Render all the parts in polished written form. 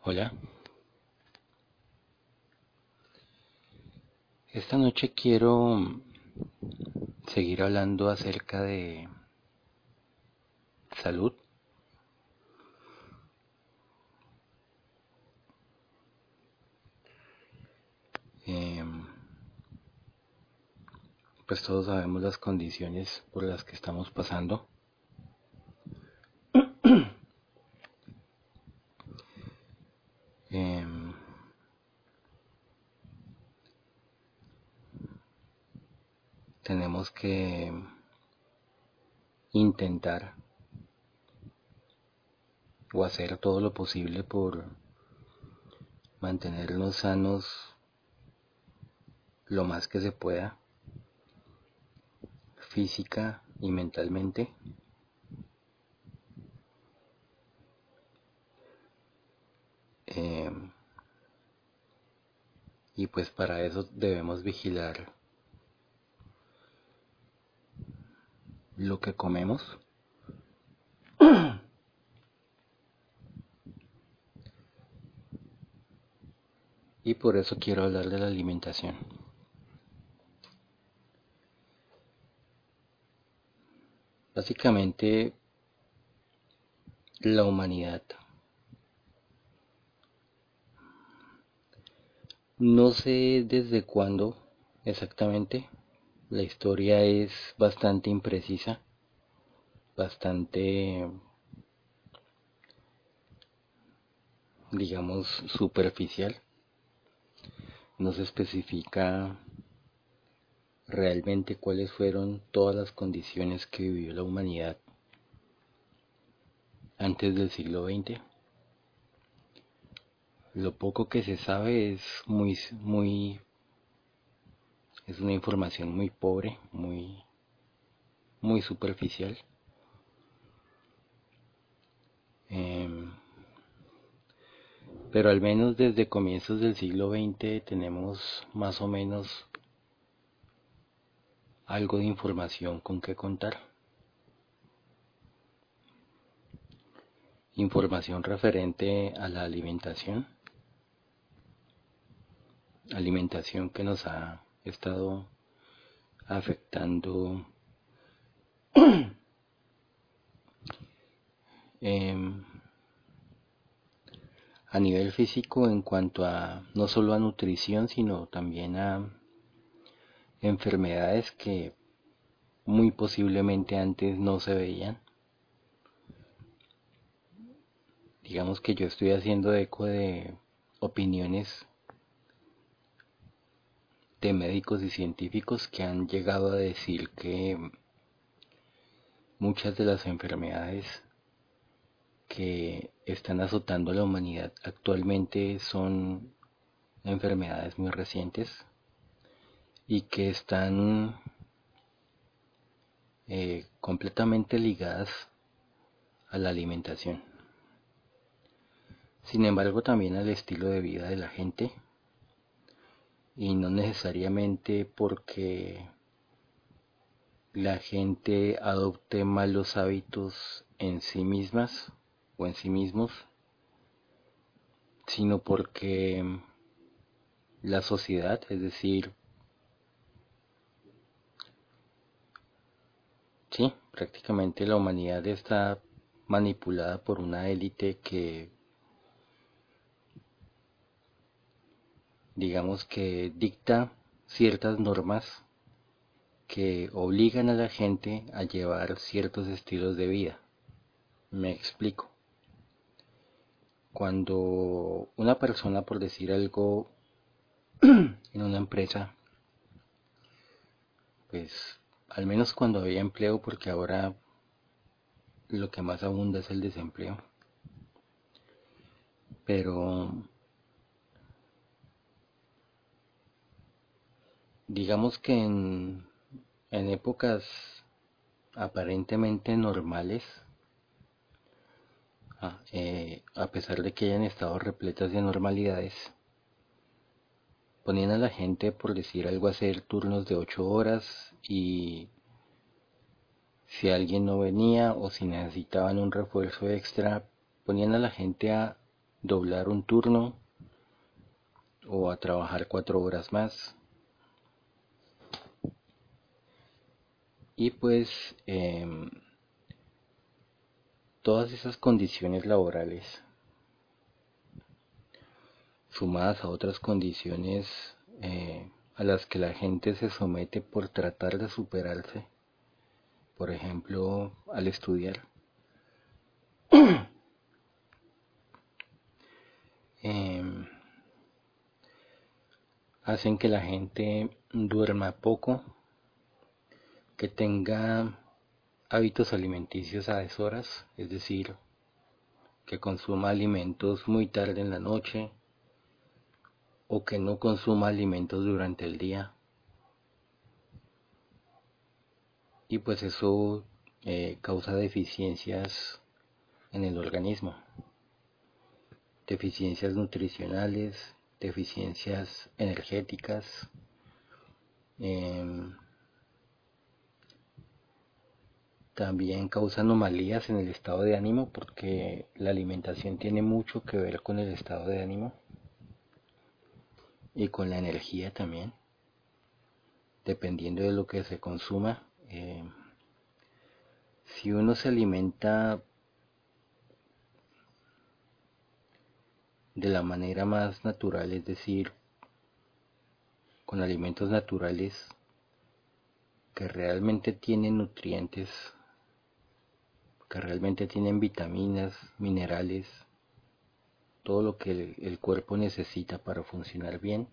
Hola, esta noche quiero seguir hablando acerca de salud. Em, pues todos sabemos las condiciones por las que estamos pasando. Em, Tenemos que intentar o hacer todo lo posible por mantenernos sanos lo más que se pueda, física y mentalmente. Em, y pues para eso debemos vigilar lo que comemos. Y por eso quiero hablar de la alimentación. Básicamente, la humanidad, no sé desde cuándo exactamente, la historia es bastante imprecisa, bastante, digamos, superficial. No se especifica realmente cuáles fueron todas las condiciones que vivió la humanidad antes del siglo XX. Lo poco que se sabe es es una información muy pobre, muy superficial. Em, pero al menos desde comienzos del siglo XX tenemos más o menos algo de información con que contar. Información referente a la alimentación que nos ha estado afectando em, a nivel físico en cuanto a no solo a nutrición, sino también a enfermedades que muy posiblemente antes no se veían. Digamos que yo estoy haciendo eco de opiniones de médicos y científicos que han llegado a decir que muchas de las enfermedades que están azotando a la humanidad actualmente son enfermedades muy recientes y que están completamente ligadas a la alimentación. Sin embargo, también al estilo de vida de la gente, y no necesariamente porque la gente adopte malos hábitos en sí mismas o en sí mismos, sino porque la sociedad, es decir, sí, prácticamente la humanidad está manipulada por una élite que, digamos que dicta ciertas normas que obligan a la gente a llevar ciertos estilos de vida. Me explico. Cuando una persona, por decir algo, en una empresa, pues al menos cuando había empleo, porque ahora lo que más abunda es el desempleo, pero digamos que en épocas aparentemente normales, a pesar de que hayan estado repletas de normalidades, ponían a la gente, por decir algo, a hacer turnos de 8 horas y si alguien no venía o si necesitaban un refuerzo extra, ponían a la gente a doblar un turno o a trabajar 4 horas más. Y pues todas esas condiciones laborales, sumadas a otras condiciones a las que la gente se somete por tratar de superarse, por ejemplo, al estudiar, eh, hacen que la gente duerma poco, que tenga hábitos alimenticios a deshoras, es decir, que consuma alimentos muy tarde en la noche o que no consuma alimentos durante el día. Y pues eso causa deficiencias en el organismo, deficiencias nutricionales, deficiencias energéticas, eh, también causa anomalías en el estado de ánimo porque la alimentación tiene mucho que ver con el estado de ánimo y con la energía también, dependiendo de lo que se consuma. Si uno se alimenta de la manera más natural, es decir, con alimentos naturales que realmente tienen nutrientes, que realmente tienen vitaminas, minerales, todo lo que el cuerpo necesita para funcionar bien,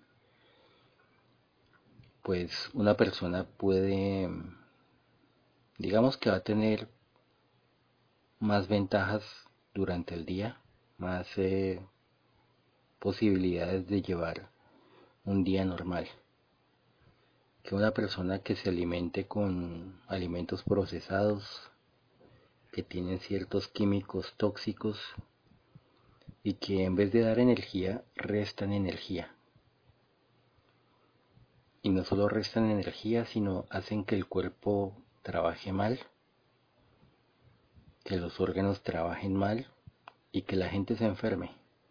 pues una persona puede, digamos que va a tener más ventajas durante el día, más posibilidades de llevar un día normal, que una persona que se alimente con alimentos procesados, que tienen ciertos químicos tóxicos y que en vez de dar energía, restan energía. Y no solo restan energía, sino hacen que el cuerpo trabaje mal, que los órganos trabajen mal y que la gente se enferme.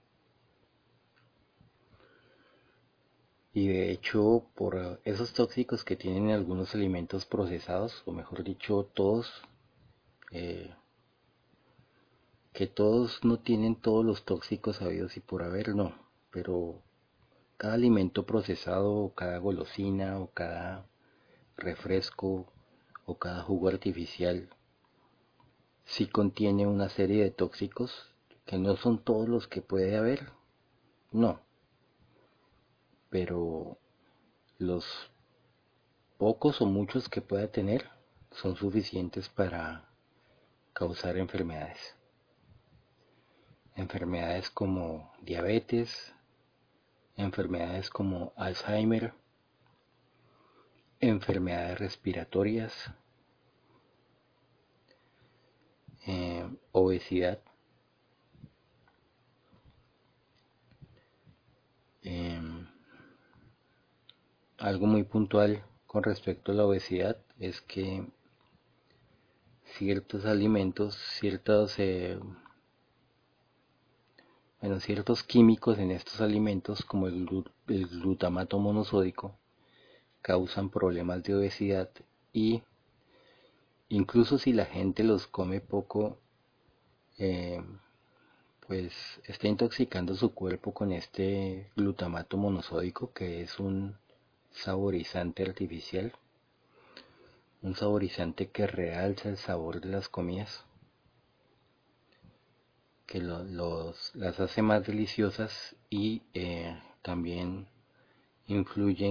Y de hecho, por esos tóxicos que tienen algunos alimentos procesados, o mejor dicho, todos, eh, que todos no tienen todos los tóxicos habidos y por haber, no, pero cada alimento procesado, o cada golosina, o cada refresco, o cada jugo artificial, sí contiene una serie de tóxicos que no son todos los que puede haber, no, pero los pocos o muchos que pueda tener son suficientes para causar enfermedades. Enfermedades como diabetes, enfermedades como Alzheimer, enfermedades respiratorias, obesidad, eh, algo muy puntual con respecto a la obesidad es que ciertos alimentos, ciertos químicos en estos alimentos como el glutamato monosódico causan problemas de obesidad y incluso si la gente los come poco, eh, pues está intoxicando su cuerpo con este glutamato monosódico que es un saborizante artificial, un saborizante que realza el sabor de las comidas, que las hace más deliciosas y también influye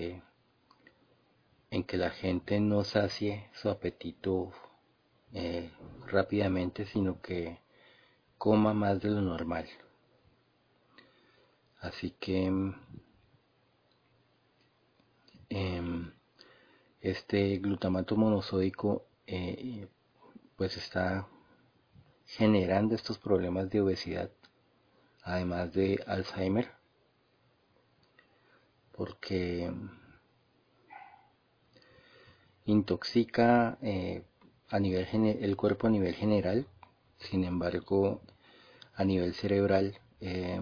en que la gente no sacie su apetito rápidamente, sino que coma más de lo normal. Así que em, este glutamato monosódico pues está generando estos problemas de obesidad, además de Alzheimer, porque intoxica el cuerpo a nivel general. Sin embargo, a nivel cerebral eh,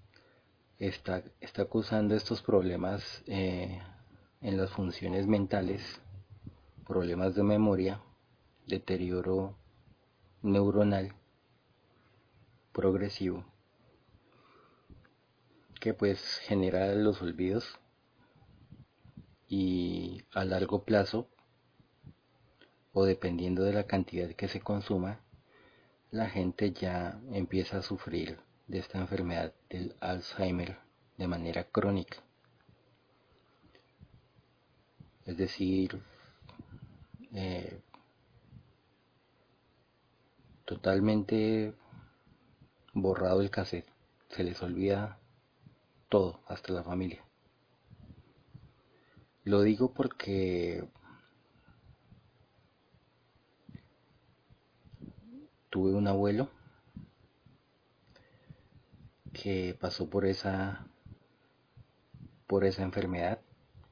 está causando estos problemas en las funciones mentales, problemas de memoria, deterioro neuronal progresivo, que pues genera los olvidos y a largo plazo, o dependiendo de la cantidad que se consuma, la gente ya empieza a sufrir de esta enfermedad del Alzheimer de manera crónica. Es decir, eh, totalmente borrado el cassette, se les olvida todo, hasta la familia. Lo digo porque tuve un abuelo que pasó por esa enfermedad.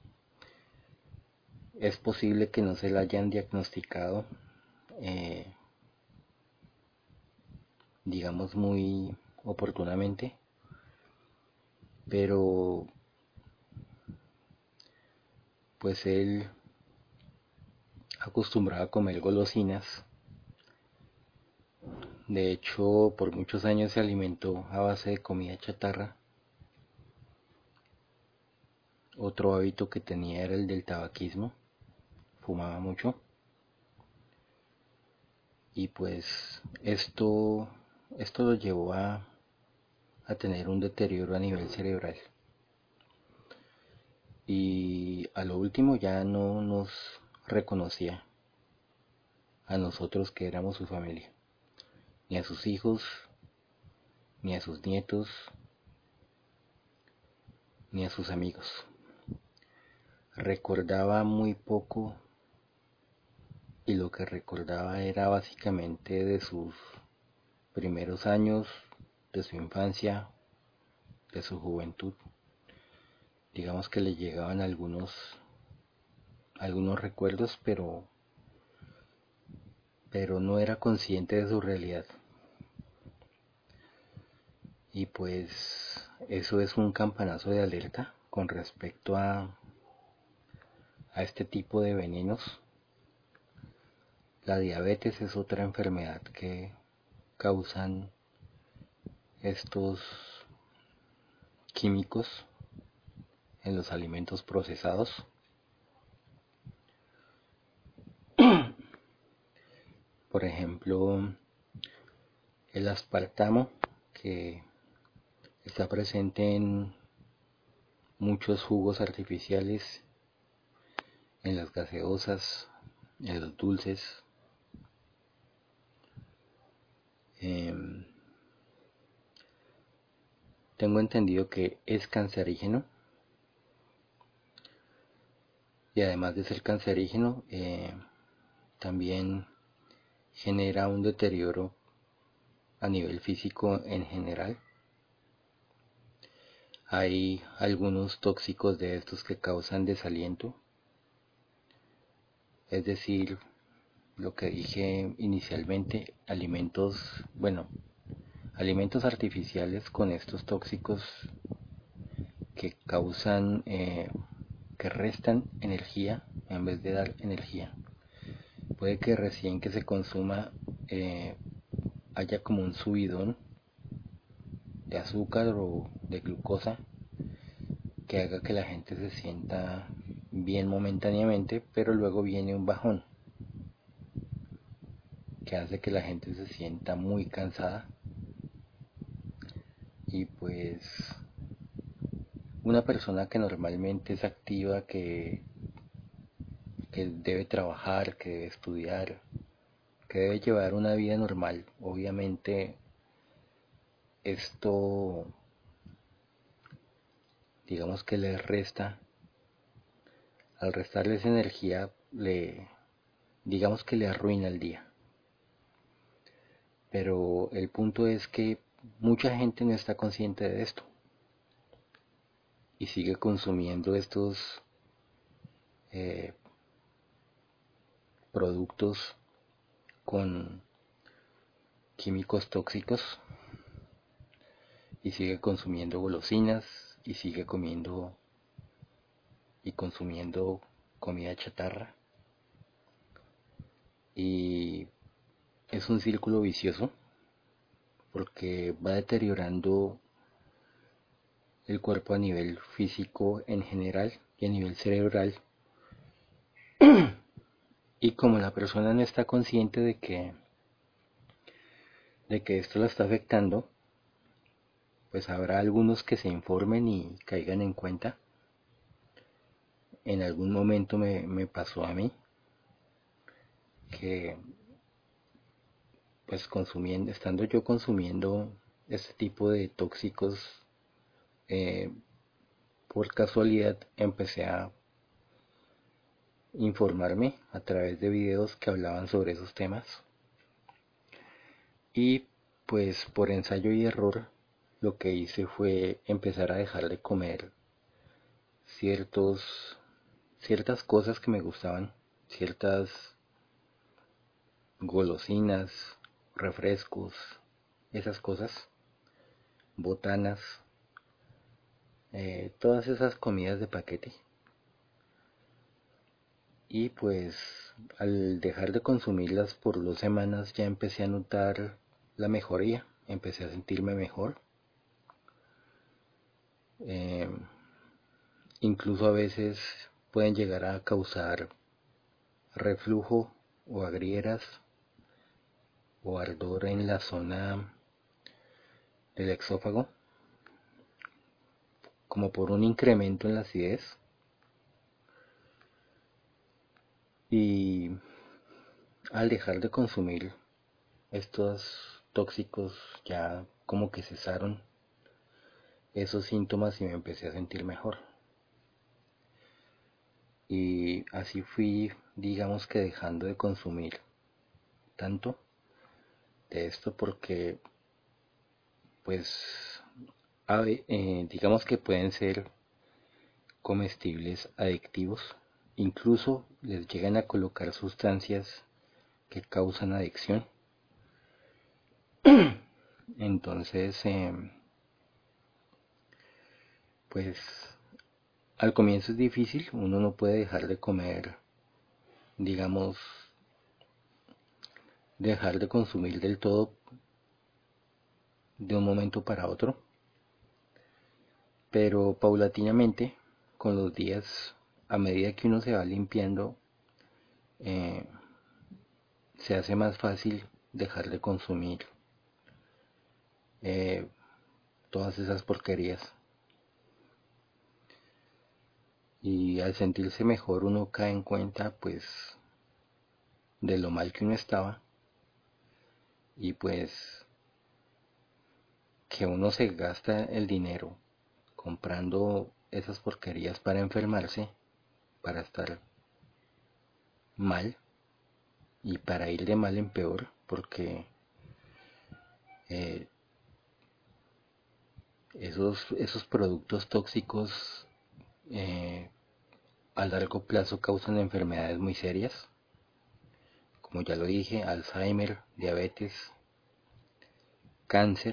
Es posible que no se la hayan diagnosticado, eh, digamos, muy oportunamente, pero pues él acostumbraba a comer golosinas. De hecho, por muchos años se alimentó a base de comida chatarra. Otro hábito que tenía era el del tabaquismo, fumaba mucho. Y pues esto lo llevó a tener un deterioro a nivel cerebral. Y a lo último ya no nos reconocía a nosotros que éramos su familia, ni a sus hijos, ni a sus nietos, ni a sus amigos. Recordaba muy poco y lo que recordaba era básicamente de sus primeros años, de su infancia, de su juventud. Digamos que le llegaban algunos recuerdos, pero no era consciente de su realidad. Y pues eso es un campanazo de alerta con respecto a este tipo de venenos. La diabetes es otra enfermedad que causan estos químicos en los alimentos procesados. Por ejemplo, el aspartamo, que está presente en muchos jugos artificiales, en las gaseosas, en los dulces. Tengo entendido que es cancerígeno y además de ser cancerígeno, también genera un deterioro a nivel físico en general. Hay algunos tóxicos de estos que causan desaliento, es decir, lo que dije inicialmente, alimentos artificiales con estos tóxicos que causan, que restan energía en vez de dar energía. Puede que recién que se consuma haya como un subidón de azúcar o de glucosa que haga que la gente se sienta bien momentáneamente, pero luego viene un bajón que hace que la gente se sienta muy cansada y pues una persona que normalmente es activa, que debe trabajar, que debe estudiar, que debe llevar una vida normal, obviamente esto digamos que le resta, al restarles energía, digamos que le arruina el día. Pero el punto es que mucha gente no está consciente de esto y sigue consumiendo estos eh, productos con químicos tóxicos y sigue consumiendo golosinas y sigue comiendo y consumiendo comida chatarra, y es un círculo vicioso porque va deteriorando el cuerpo a nivel físico en general y a nivel cerebral, y como la persona no está consciente de que esto la está afectando, pues habrá algunos que se informen y caigan en cuenta. En algún momento me pasó a mí que, pues estando yo consumiendo este tipo de tóxicos, eh, por casualidad empecé a informarme a través de videos que hablaban sobre esos temas, y pues por ensayo y error lo que hice fue empezar a dejar de comer ciertos ciertas cosas que me gustaban, ciertas golosinas, refrescos, esas cosas, botanas, todas esas comidas de paquete. Y pues al dejar de consumirlas por 2 semanas ya empecé a notar la mejoría, empecé a sentirme mejor. Eh, Incluso a veces pueden llegar a causar reflujo o agrieras o ardor en la zona del exófago, como por un incremento en la acidez. Y al dejar de consumir estos tóxicos ya como que cesaron esos síntomas y me empecé a sentir mejor. Y así fui, digamos que dejando de consumir tanto de esto porque pues digamos que pueden ser comestibles adictivos, incluso les llegan a colocar sustancias que causan adicción. Entonces, pues al comienzo es difícil, uno no puede dejar de comer, digamos, dejar de consumir del todo de un momento para otro, pero paulatinamente, con los días, a medida que uno se va limpiando, eh, se hace más fácil dejar de consumir eh, todas esas porquerías. Y al sentirse mejor uno cae en cuenta pues de lo mal que uno estaba, y pues que uno se gasta el dinero comprando esas porquerías para enfermarse, para estar mal y para ir de mal en peor, porque eh, esos productos tóxicos eh, a largo plazo causan enfermedades muy serias, como ya lo dije: Alzheimer, diabetes, cáncer.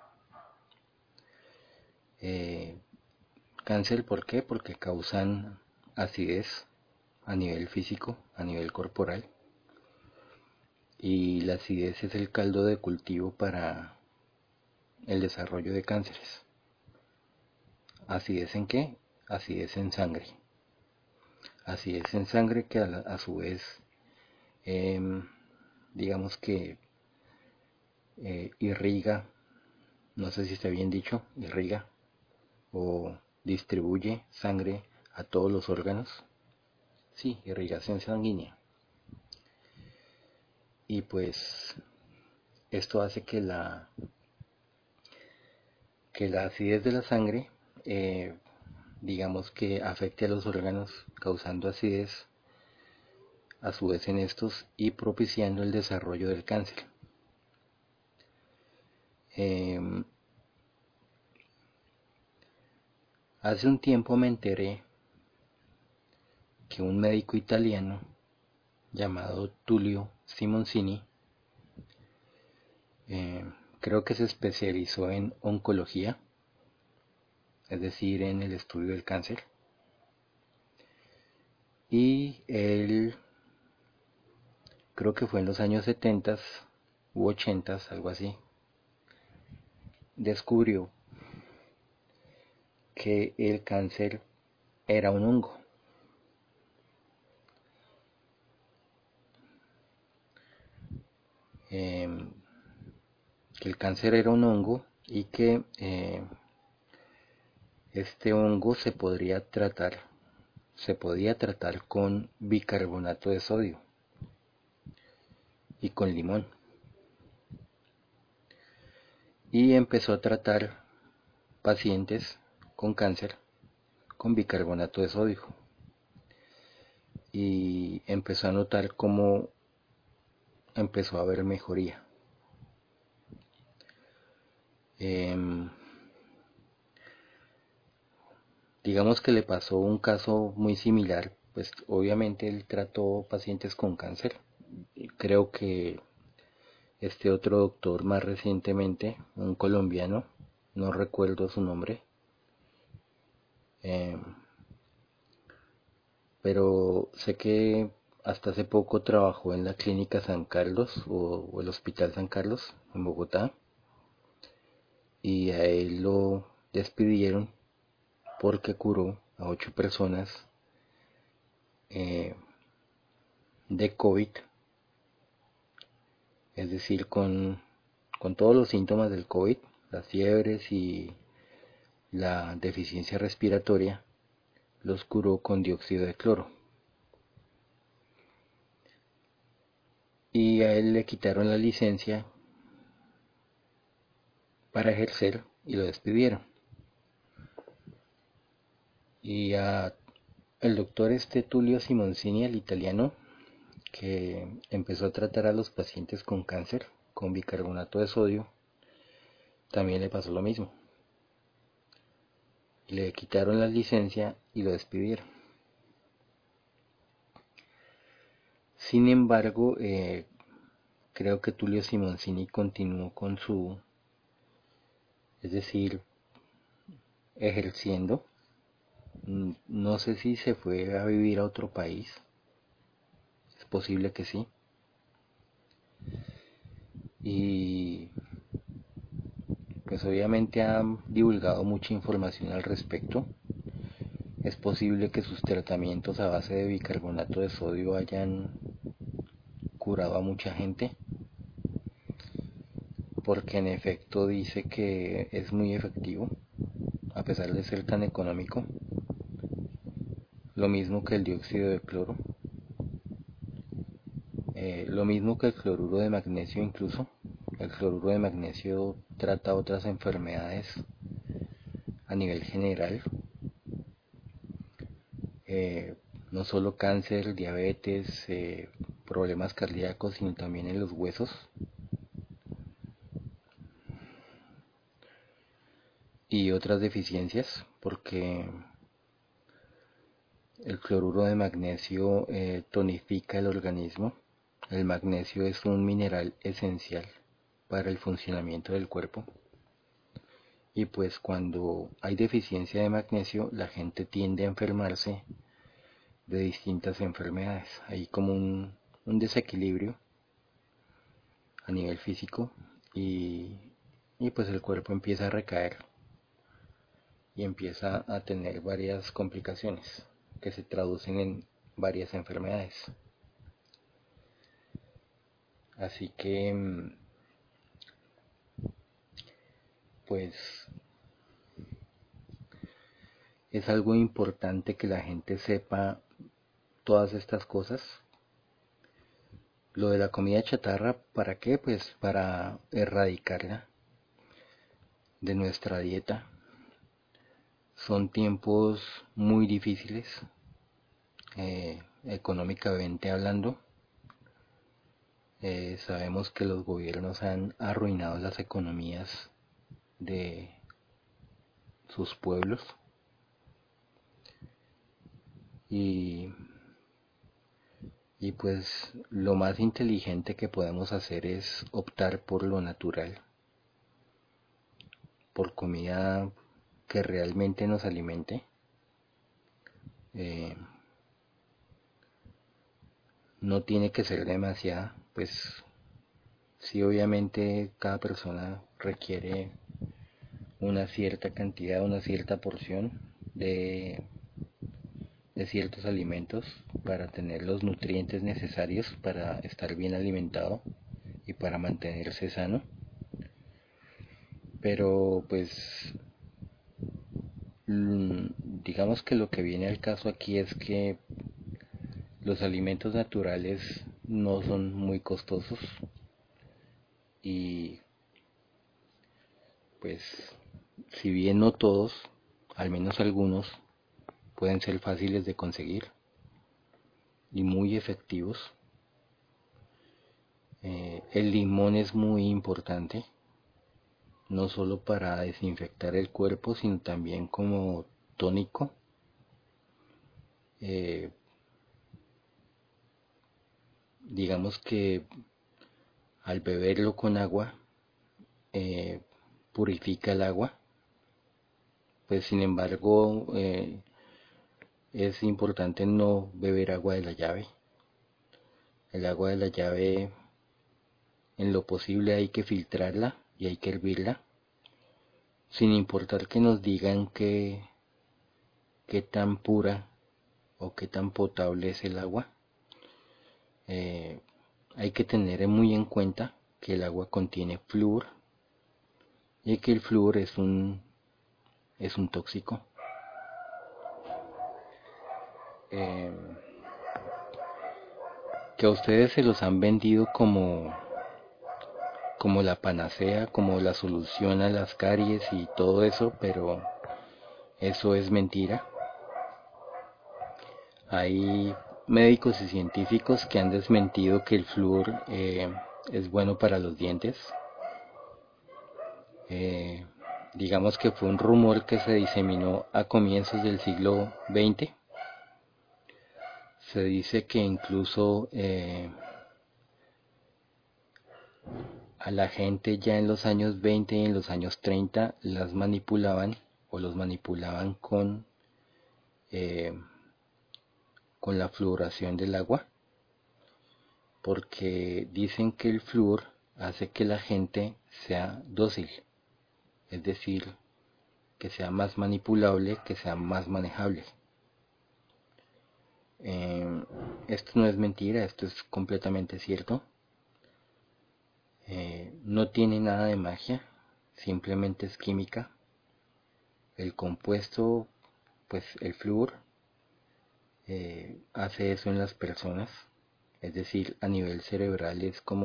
Eh, Cáncer, ¿por qué? Porque causan acidez a nivel físico, a nivel corporal, y la acidez es el caldo de cultivo para el desarrollo de cánceres. ¿Acidez en qué? Acidez en sangre. Acidez en sangre que a su vez, eh, digamos que irriga, no sé si está bien dicho, irriga o distribuye sangre a todos los órganos. Sí, irrigación sanguínea. Y pues esto hace que la acidez de la sangre, digamos que afecte a los órganos, causando acidez a su vez en estos y propiciando el desarrollo del cáncer. Eh, Hace un tiempo me enteré que un médico italiano llamado Tullio Simoncini, eh, creo que se especializó en oncología, es decir, en el estudio del cáncer. Y él, creo que fue en los años 70 u 80, algo así, descubrió que el cáncer era un hongo. Que el cáncer era un hongo y que este hongo se podía tratar con bicarbonato de sodio y con limón. Y empezó a tratar pacientes con cáncer con bicarbonato de sodio. Y empezó a notar cómo empezó a haber mejoría. Digamos que le pasó un caso muy similar, pues obviamente él trató pacientes con cáncer. Creo que este otro doctor más recientemente, un colombiano, no recuerdo su nombre, eh, pero sé que hasta hace poco trabajó en la clínica San Carlos o el Hospital San Carlos en Bogotá, y a él lo despidieron porque curó a 8 personas eh, de COVID, es decir, con todos los síntomas del COVID, las fiebres y la deficiencia respiratoria, los curó con dióxido de cloro. Y a él le quitaron la licencia para ejercer y lo despidieron. Y a el doctor Tulio Simoncini, el italiano, que empezó a tratar a los pacientes con cáncer con bicarbonato de sodio, también le pasó lo mismo. Le quitaron la licencia y lo despidieron. Sin embargo, creo que Tulio Simoncini continuó con es decir, ejerciendo. No sé si se fue a vivir a otro país, es posible que sí. Y pues obviamente ha divulgado mucha información al respecto. Es posible que sus tratamientos a base de bicarbonato de sodio hayan curado a mucha gente, porque en efecto dice que es muy efectivo, a pesar de ser tan económico. Lo mismo que el dióxido de cloro, lo mismo que el cloruro de magnesio incluso. El cloruro de magnesio trata otras enfermedades a nivel general, no solo cáncer, diabetes, problemas cardíacos, sino también en los huesos. Y otras deficiencias, porque el cloruro de magnesio tonifica el organismo. El magnesio es un mineral esencial para el funcionamiento del cuerpo. Y pues cuando hay deficiencia de magnesio, la gente tiende a enfermarse de distintas enfermedades. Hay como un desequilibrio a nivel físico y pues el cuerpo empieza a recaer y empieza a tener varias complicaciones que se traducen en varias enfermedades. Así que pues es algo importante que la gente sepa todas estas cosas. Lo de la comida chatarra, ¿para qué? Pues para erradicarla de nuestra dieta. Son tiempos muy difíciles, económicamente hablando. Sabemos que los gobiernos han arruinado las economías de sus pueblos y, y pues lo más inteligente que podemos hacer es optar por lo natural, por comida que realmente nos alimente. No tiene que ser demasiada, pues sí, obviamente cada persona requiere una cierta cantidad, una cierta porción de ciertos alimentos para tener los nutrientes necesarios para estar bien alimentado y para mantenerse sano. Pero pues digamos que lo que viene al caso aquí es que los alimentos naturales no son muy costosos y pues si bien no todos, al menos algunos, pueden ser fáciles de conseguir y muy efectivos. El limón es muy importante, no solo para desinfectar el cuerpo, sino también como tónico. Eh, digamos que al beberlo con agua, eh, purifica el agua. Pues sin embargo, es importante no beber agua de la llave. El agua de la llave, en lo posible, hay que filtrarla y hay que hervirla, sin importar que nos digan qué tan pura o qué tan potable es el agua. Eh, Hay que tener muy en cuenta que el agua contiene flúor y que el flúor es un tóxico. Eh, que a ustedes se los han vendido como la panacea, como la solución a las caries y todo eso, pero eso es mentira. Hay médicos y científicos que han desmentido que el flúor es bueno para los dientes. Eh, digamos que fue un rumor que se diseminó a comienzos del siglo XX. Se dice que incluso a la gente ya en los años 20 y en los años 30 las manipulaban o los manipulaban eh, con la fluoración del agua, porque dicen que el flúor hace que la gente sea dócil, es decir, que sea más manipulable, que sea más manejable. Esto no es mentira, esto es completamente cierto. No tiene nada de magia, simplemente es química. El compuesto, pues el flúor, hace eso en las personas, es decir, a nivel cerebral es como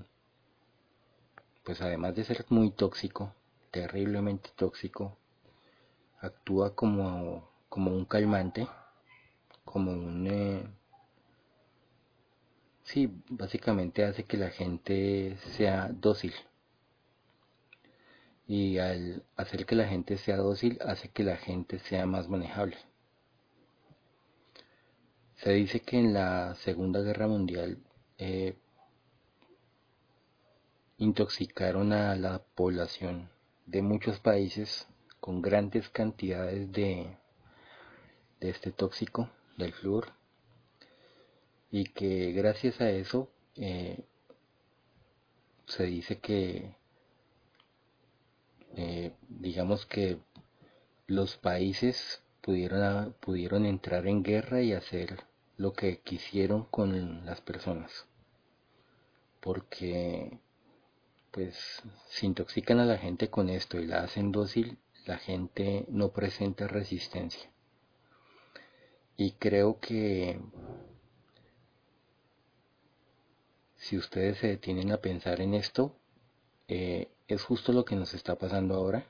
pues además de ser muy tóxico, terriblemente tóxico, actúa como un calmante, como sí, básicamente hace que la gente sea dócil. Y al hacer que la gente sea dócil, hace que la gente sea más manejable. Se dice que en la Segunda Guerra Mundial eh, intoxicaron a la población de muchos países con grandes cantidades de este tóxico, del flúor, y que gracias a eso se dice que digamos que los países pudieron entrar en guerra y hacer lo que quisieron con las personas, porque pues si intoxican a la gente con esto y la hacen dócil, la gente no presenta resistencia. Y creo que si ustedes se detienen a pensar en esto, es justo lo que nos está pasando ahora.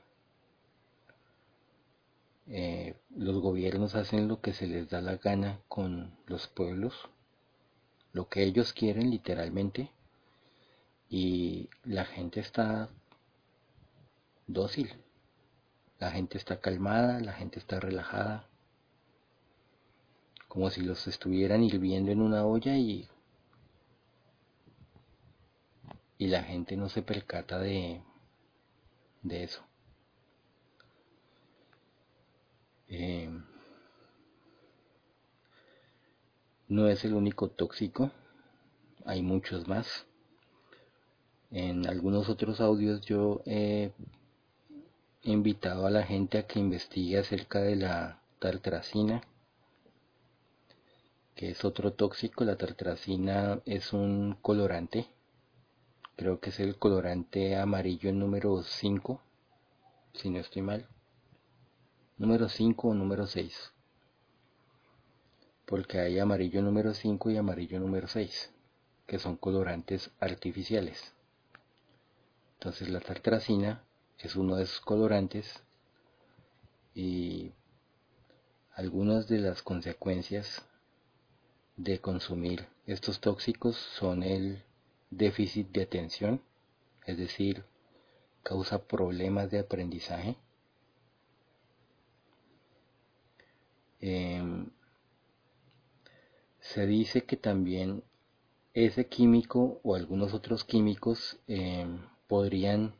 Los gobiernos hacen lo que se les da la gana con los pueblos, lo que ellos quieren literalmente, y la gente está dócil, la gente está calmada, la gente está relajada, como si los estuvieran hirviendo en una olla y la gente no se percata de eso. Eh, no es el único tóxico, hay muchos más. En algunos otros audios yo he invitado a la gente a que investigue acerca de la tartrazina, que es otro tóxico. La tartrazina es un colorante, creo que es el colorante amarillo número 5, si no estoy mal, número 5 o número 6, porque hay amarillo número 5 y amarillo número 6, que son colorantes artificiales. Entonces la tartrazina es uno de esos colorantes y algunas de las consecuencias de consumir estos tóxicos son el déficit de atención, es decir, causa problemas de aprendizaje. Se dice que también ese químico o algunos otros químicos podrían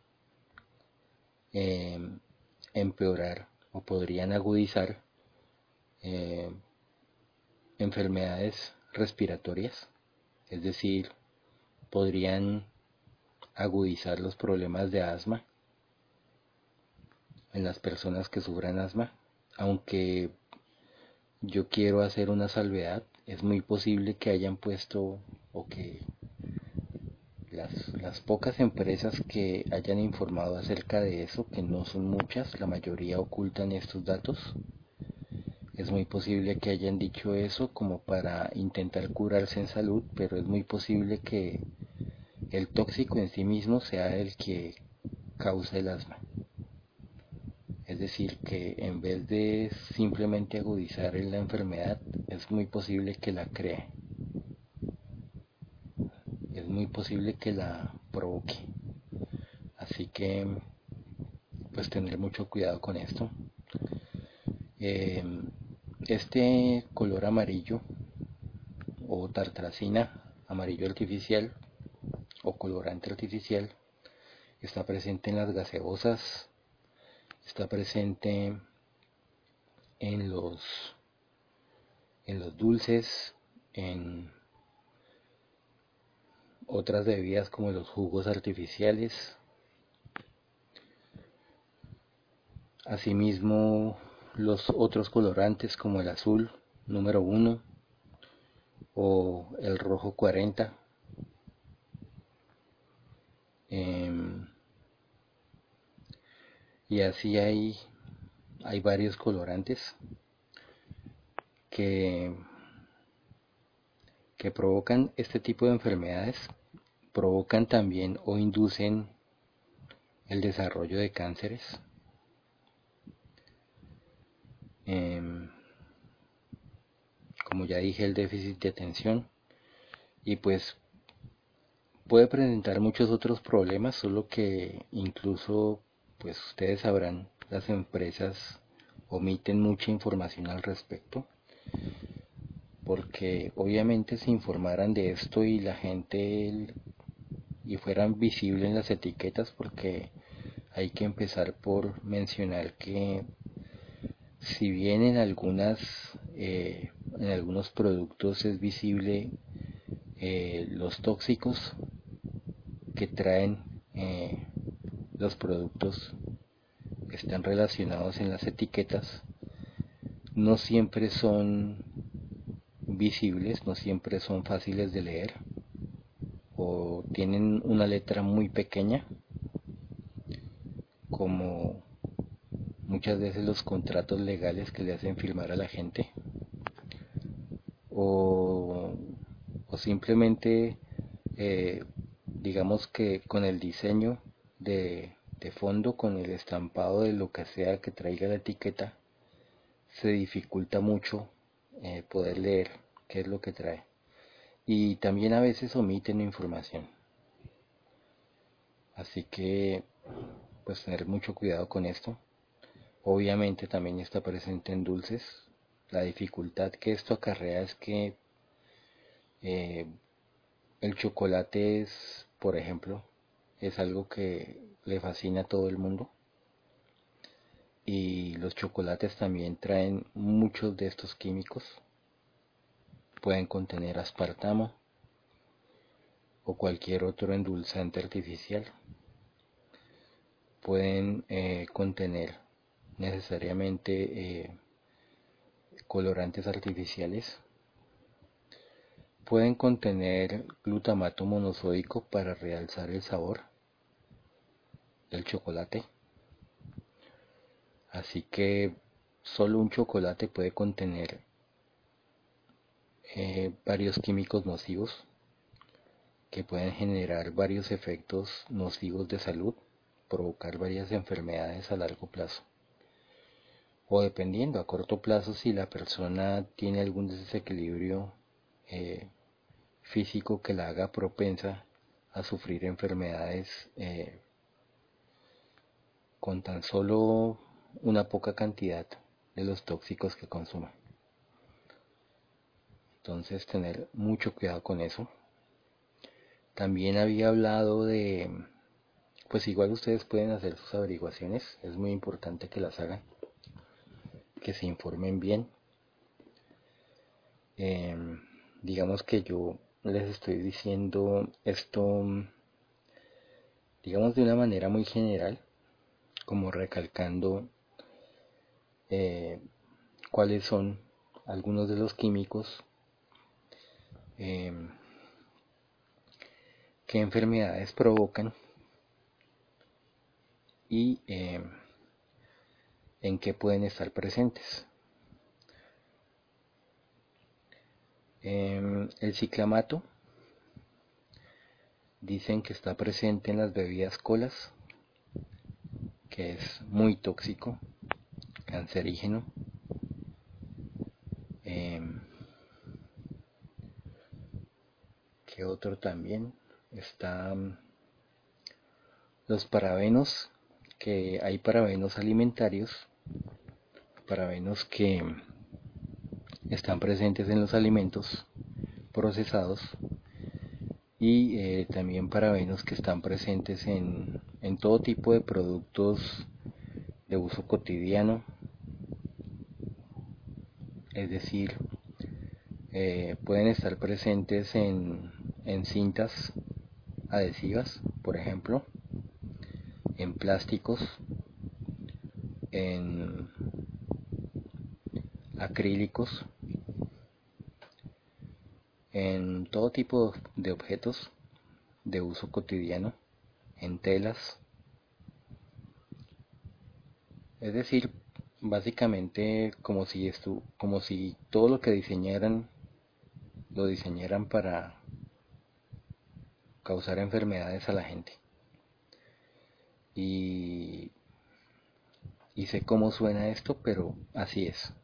eh, empeorar o podrían agudizar eh, enfermedades respiratorias, es decir, podrían agudizar los problemas de asma en las personas que sufran asma, aunque yo quiero hacer una salvedad. Es muy posible que hayan puesto o que las pocas empresas que hayan informado acerca de eso, que no son muchas, la mayoría ocultan estos datos. Es muy posible que hayan dicho eso como para intentar curarse en salud, pero es muy posible que el tóxico en sí mismo sea el que causa el asma. Es decir, que en vez de simplemente agudizar la enfermedad, es muy posible que la cree. Es muy posible que la provoque. Así que, pues tener mucho cuidado con esto. Eh, este color amarillo o tartrazina, amarillo artificial o colorante artificial, está presente en las gaseosas, está presente en los dulces, en otras bebidas como los jugos artificiales. Asimismo, los otros colorantes como el azul número 1 o el rojo 40. Y así hay varios colorantes que, que provocan este tipo de enfermedades, provocan también o inducen el desarrollo de cánceres. Como ya dije, el déficit de atención, y pues puede presentar muchos otros problemas, solo que incluso, pues ustedes sabrán, las empresas omiten mucha información al respecto, porque obviamente si informaran de esto y la gente y fueran visibles en las etiquetas, porque hay que empezar por mencionar que si bien en algunos productos es visible los tóxicos que traen los productos que están relacionados en las etiquetas, no siempre son visibles, no siempre son fáciles de leer o tienen una letra muy pequeña, como muchas veces los contratos legales que le hacen firmar a la gente, o, o simplemente digamos que con el diseño de fondo, con el estampado de lo que sea que traiga la etiqueta, se dificulta mucho poder leer qué es lo que trae. Y también a veces omiten información. Así que, pues tener mucho cuidado con esto. Obviamente también está presente en dulces. La dificultad que esto acarrea es que eh, el chocolate es, por ejemplo, es algo que le fascina a todo el mundo. Y Los chocolates también traen muchos de estos químicos. Pueden contener aspartamo o cualquier otro endulzante artificial. Pueden contener necesariamente colorantes artificiales. Pueden contener glutamato monosódico para realzar el sabor del chocolate. Así que solo un chocolate puede contener varios químicos nocivos que pueden generar varios efectos nocivos de salud, provocar varias enfermedades a largo plazo. O dependiendo a corto plazo, si la persona tiene algún desequilibrio físico que la haga propensa a sufrir enfermedades con tan solo una poca cantidad de los tóxicos que consuma. Entonces tener mucho cuidado con eso. También había hablado de, pues igual ustedes pueden hacer sus averiguaciones, es muy importante que las hagan, que se informen bien. Digamos que yo les estoy diciendo esto, digamos de una manera muy general, como recalcando cuáles son algunos de los químicos, qué enfermedades provocan y en qué pueden estar presentes. El ciclamato dicen que está presente en las bebidas colas, que es muy tóxico, cancerígeno. ¿Qué otro también? Está los parabenos, que hay parabenos alimentarios, parabenos que están presentes en los alimentos procesados y también parabenos que están presentes en todo tipo de productos de uso cotidiano, es decir, pueden estar presentes en cintas adhesivas, por ejemplo, en plásticos, en acrílicos, en todo tipo de objetos de uso cotidiano, en telas, es decir, básicamente como si todo lo que diseñaran lo diseñaran para causar enfermedades a la gente. Y sé cómo suena esto, pero así es,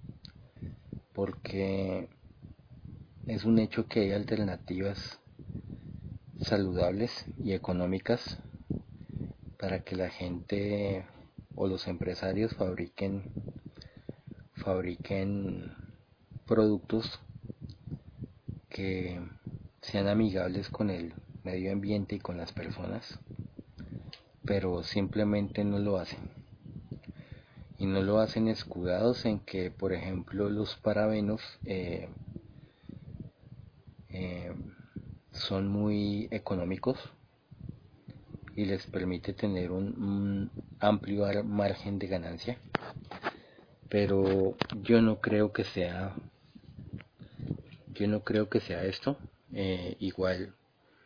porque es un hecho que hay alternativas saludables y económicas para que la gente o los empresarios fabriquen productos que sean amigables con el medio ambiente y con las personas, pero simplemente no lo hacen. Y no lo hacen escudados en que, por ejemplo, los parabenos son muy económicos y les permite tener un amplio margen de ganancia, pero yo no creo que sea esto. Igual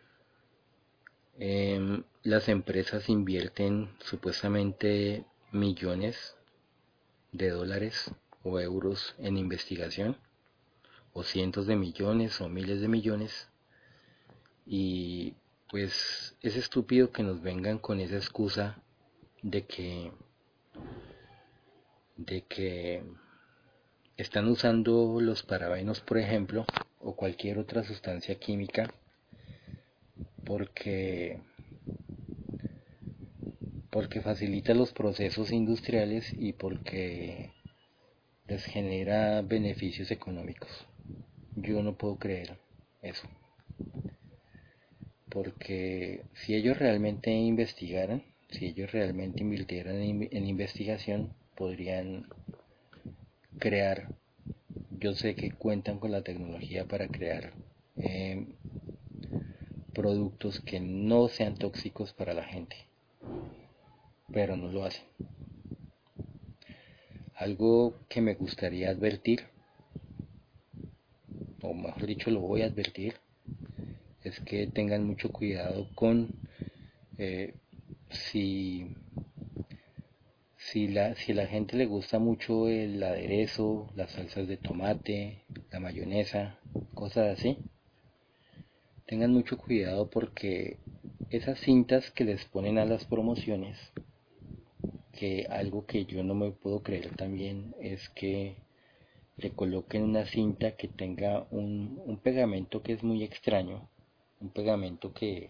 las empresas invierten supuestamente millones de dólares o euros en investigación, o cientos de millones o miles de millones, y pues es estúpido que nos vengan con esa excusa de que están usando los parabenos, por ejemplo, o cualquier otra sustancia química porque facilita los procesos industriales y porque les genera beneficios económicos. Yo no puedo creer eso, porque si ellos realmente investigaran, si ellos realmente invirtieran en investigación, podrían crear, yo sé que cuentan con la tecnología para crear eh, productos que no sean tóxicos para la gente, pero no lo hacen. Algo que me gustaría advertir, o mejor dicho lo voy a advertir, es que tengan mucho cuidado con eh, si, si la gente le gusta mucho el aderezo, las salsas de tomate, la mayonesa, cosas así. Tengan mucho cuidado porque esas cintas que les ponen a las promociones, que algo que yo no me puedo creer también es que le coloquen una cinta que tenga un pegamento que es muy extraño, un pegamento que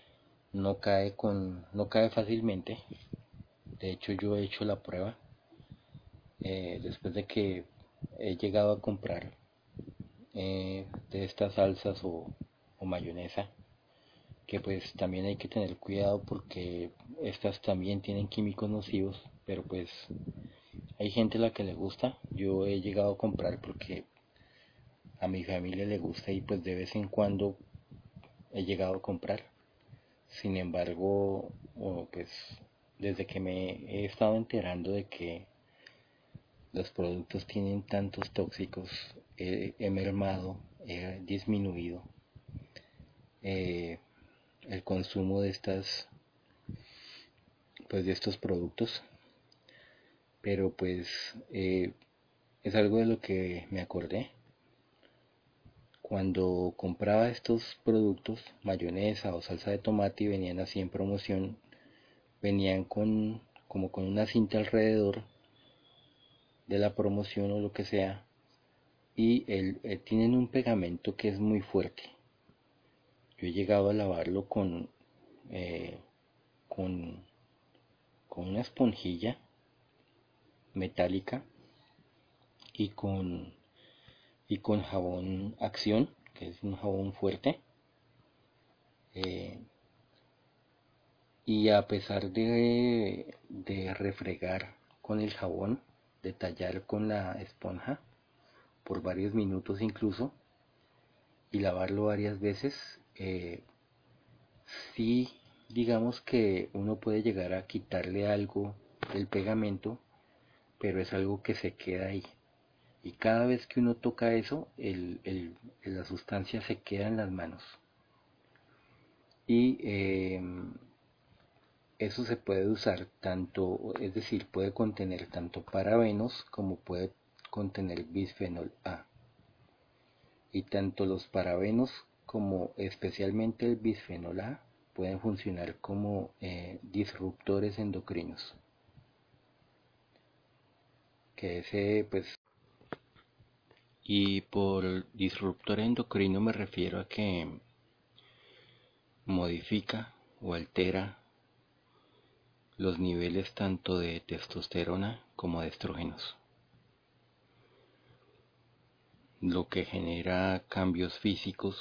no cae fácilmente. De hecho, yo he hecho la prueba después de que he llegado a comprar de estas salsas o mayonesa, que pues también hay que tener cuidado porque estas también tienen químicos nocivos, pero pues hay gente a la que le gusta. Yo he llegado a comprar porque a mi familia le gusta y pues de vez en cuando he llegado a comprar. Sin embargo, pues desde que me he estado enterando de que los productos tienen tantos tóxicos, he mermado, he disminuido eh, el consumo de estas, pues de estos productos, pero pues es algo de lo que me acordé cuando compraba estos productos, mayonesa o salsa de tomate y venían así en promoción, venían con como con una cinta alrededor de la promoción o lo que sea y tienen un pegamento que es muy fuerte. Yo he llegado a lavarlo eh, con, con una esponjilla metálica y y con jabón Acción, que es un jabón fuerte. eh, y a pesar de refregar con el jabón, de tallar con la esponja por varios minutos incluso, y lavarlo varias veces, sí digamos que uno puede llegar a quitarle algo del pegamento, pero es algo que se queda ahí. Y cada vez que uno toca eso, la sustancia se queda en las manos. Y eso se puede usar tanto, es decir, puede contener tanto parabenos como puede contener bisfenol A. Y tanto los parabenos como especialmente el bisfenol A pueden funcionar como disruptores endocrinos. Que ese, pues, y por disruptor endocrino me refiero a que modifica o altera los niveles tanto de testosterona como de estrógenos, lo que genera cambios físicos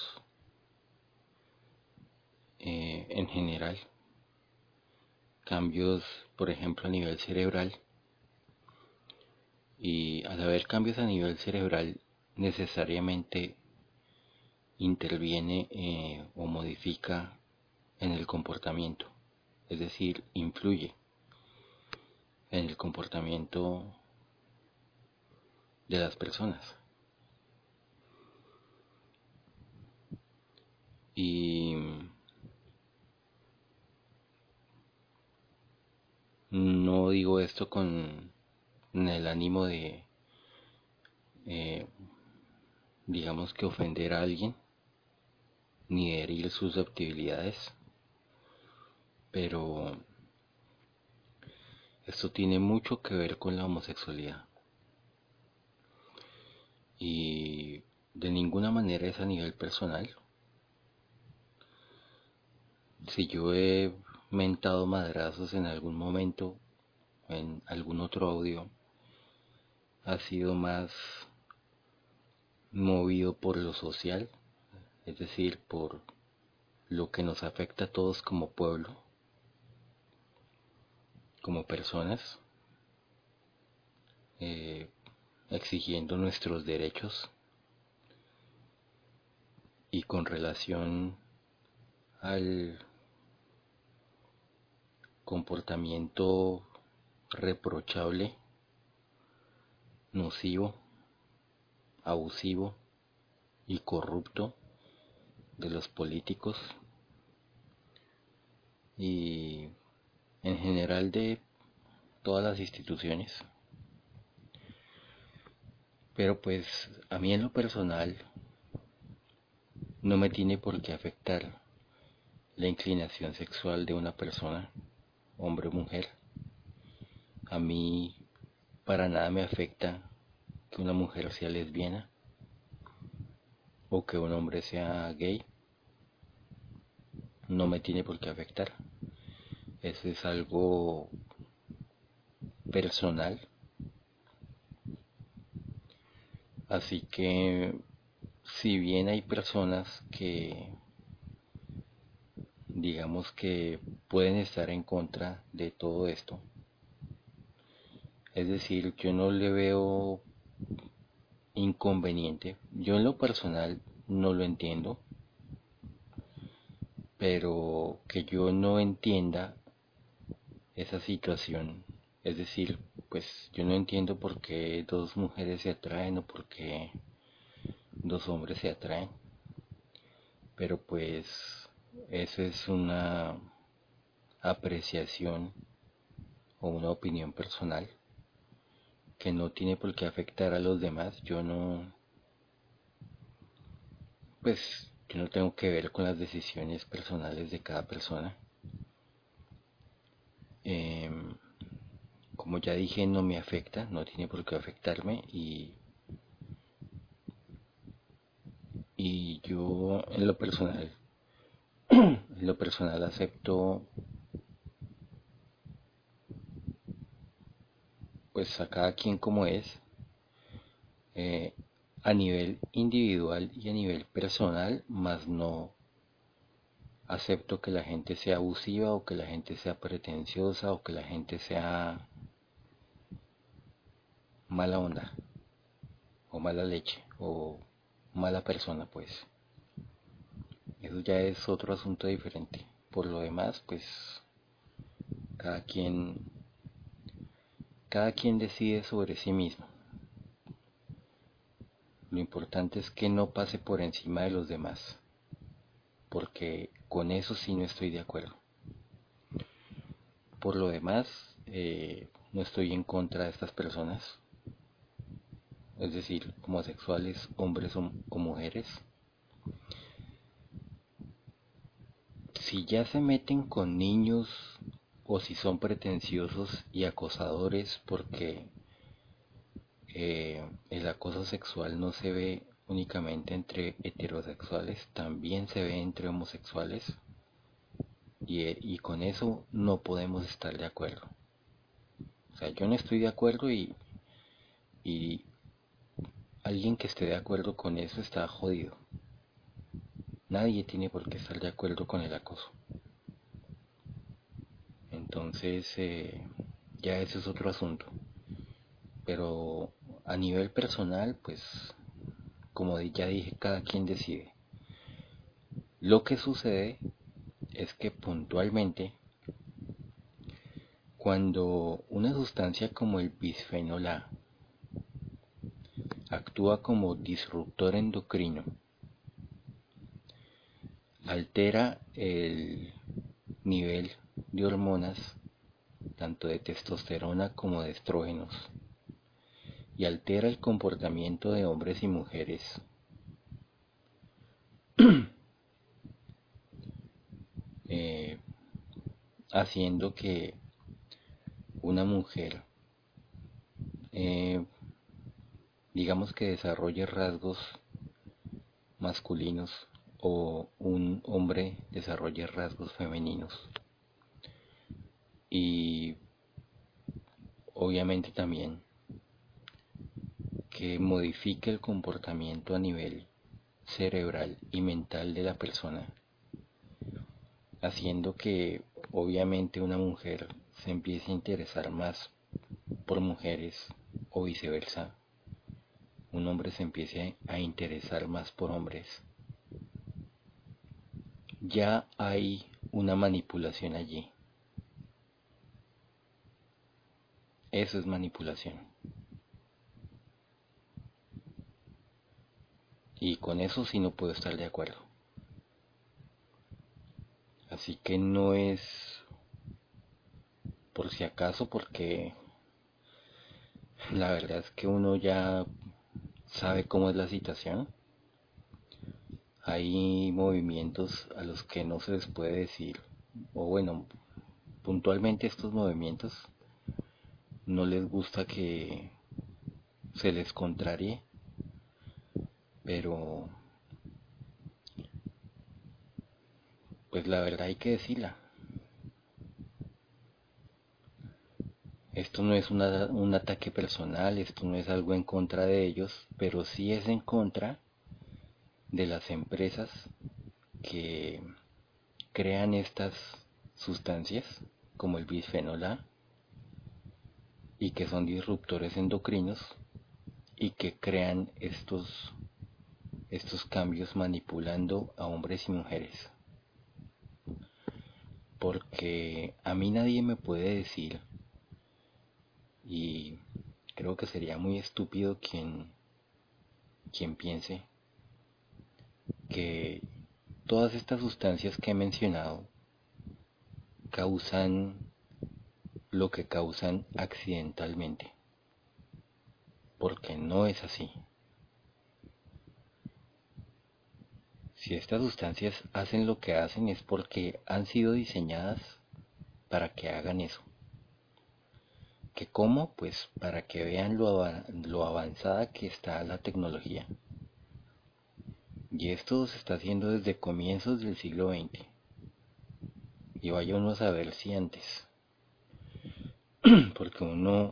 en general, cambios por ejemplo a nivel cerebral, y al haber cambios a nivel cerebral necesariamente interviene o modifica en el comportamiento, es decir, influye en el comportamiento de las personas. Y no digo esto con el ánimo de, eh, digamos que ofender a alguien, ni de herir sus susceptibilidades, pero esto tiene mucho que ver con la homosexualidad. Y de ninguna manera es a nivel personal. Si yo he mentado madrazos en algún momento, en algún otro audio, ha sido más movido por lo social, es decir, por lo que nos afecta a todos como pueblo, como personas, eh, exigiendo nuestros derechos y con relación al comportamiento reprochable, nocivo, abusivo y corrupto de los políticos y en general de todas las instituciones. Pero pues a mí en lo personal no me tiene por qué afectar la inclinación sexual de una persona, hombre o mujer. A mí para nada me afecta que una mujer sea lesbiana o que un hombre sea gay. No me tiene por qué afectar. Eso es algo personal. Así que si bien hay personas que digamos que pueden estar en contra de todo esto, es decir, yo no le veo inconveniente. Yo en lo personal no lo entiendo, pero que yo no entienda esa situación, es decir, pues yo no entiendo por qué dos mujeres se atraen o por qué dos hombres se atraen, pero pues eso es una apreciación o una opinión personal que no tiene por qué afectar a los demás. Yo no tengo que ver con las decisiones personales de cada persona. Em, Como ya dije, no me afecta, no tiene por qué afectarme y yo en lo personal acepto pues a cada quien como es, eh, a nivel individual y a nivel personal, más no acepto que la gente sea abusiva o que la gente sea pretenciosa o que la gente sea mala onda o mala leche o mala persona, pues eso ya es otro asunto diferente. Por lo demás, pues cada quien cada quien decide sobre sí mismo. Lo importante es que no pase por encima de los demás, porque con eso sí no estoy de acuerdo. Por lo demás, no estoy en contra de estas personas, es decir, homosexuales, hombres o mujeres. Si ya se meten con niños o si son pretenciosos y acosadores, porque el acoso sexual no se ve únicamente entre heterosexuales, también se ve entre homosexuales y con eso no podemos estar de acuerdo. O sea, yo no estoy de acuerdo y alguien que esté de acuerdo con eso está jodido. Nadie tiene por qué estar de acuerdo con el acoso. Entonces, ya ese es otro asunto. Pero a nivel personal, pues, como ya dije, cada quien decide. Lo que sucede es que puntualmente, cuando una sustancia como el bisfenol A actúa como disruptor endocrino, altera el nivel de hormonas, tanto de testosterona como de estrógenos, y altera el comportamiento de hombres y mujeres, eh, haciendo que una mujer, eh, digamos que desarrolle rasgos masculinos o un hombre desarrolle rasgos femeninos. Y obviamente también que modifique el comportamiento a nivel cerebral y mental de la persona, haciendo que obviamente una mujer se empiece a interesar más por mujeres o viceversa, un hombre se empiece a interesar más por hombres, ya hay una manipulación allí. Eso es manipulación. Y con eso sí no puedo estar de acuerdo. Así que no es por si acaso, porque la verdad es que uno ya sabe cómo es la situación. Hay movimientos a los que no se les puede decir, o bueno, puntualmente estos movimientos no les gusta que se les contrarie, pero pues la verdad hay que decirla. Esto no es un ataque personal, esto no es algo en contra de ellos, pero sí es en contra de las empresas que crean estas sustancias como el bisfenol A y que son disruptores endocrinos y que crean estos cambios manipulando a hombres y mujeres. Porque a mí nadie me puede decir, y creo que sería muy estúpido quien piense que todas estas sustancias que he mencionado causan lo que causan accidentalmente, porque no es así. Si estas sustancias hacen lo que hacen es porque han sido diseñadas para que hagan eso. ¿Que cómo? Pues para que vean lo avanzada que está la tecnología. Y esto se está haciendo desde comienzos del siglo XX. Y vaya uno a saber si antes. Porque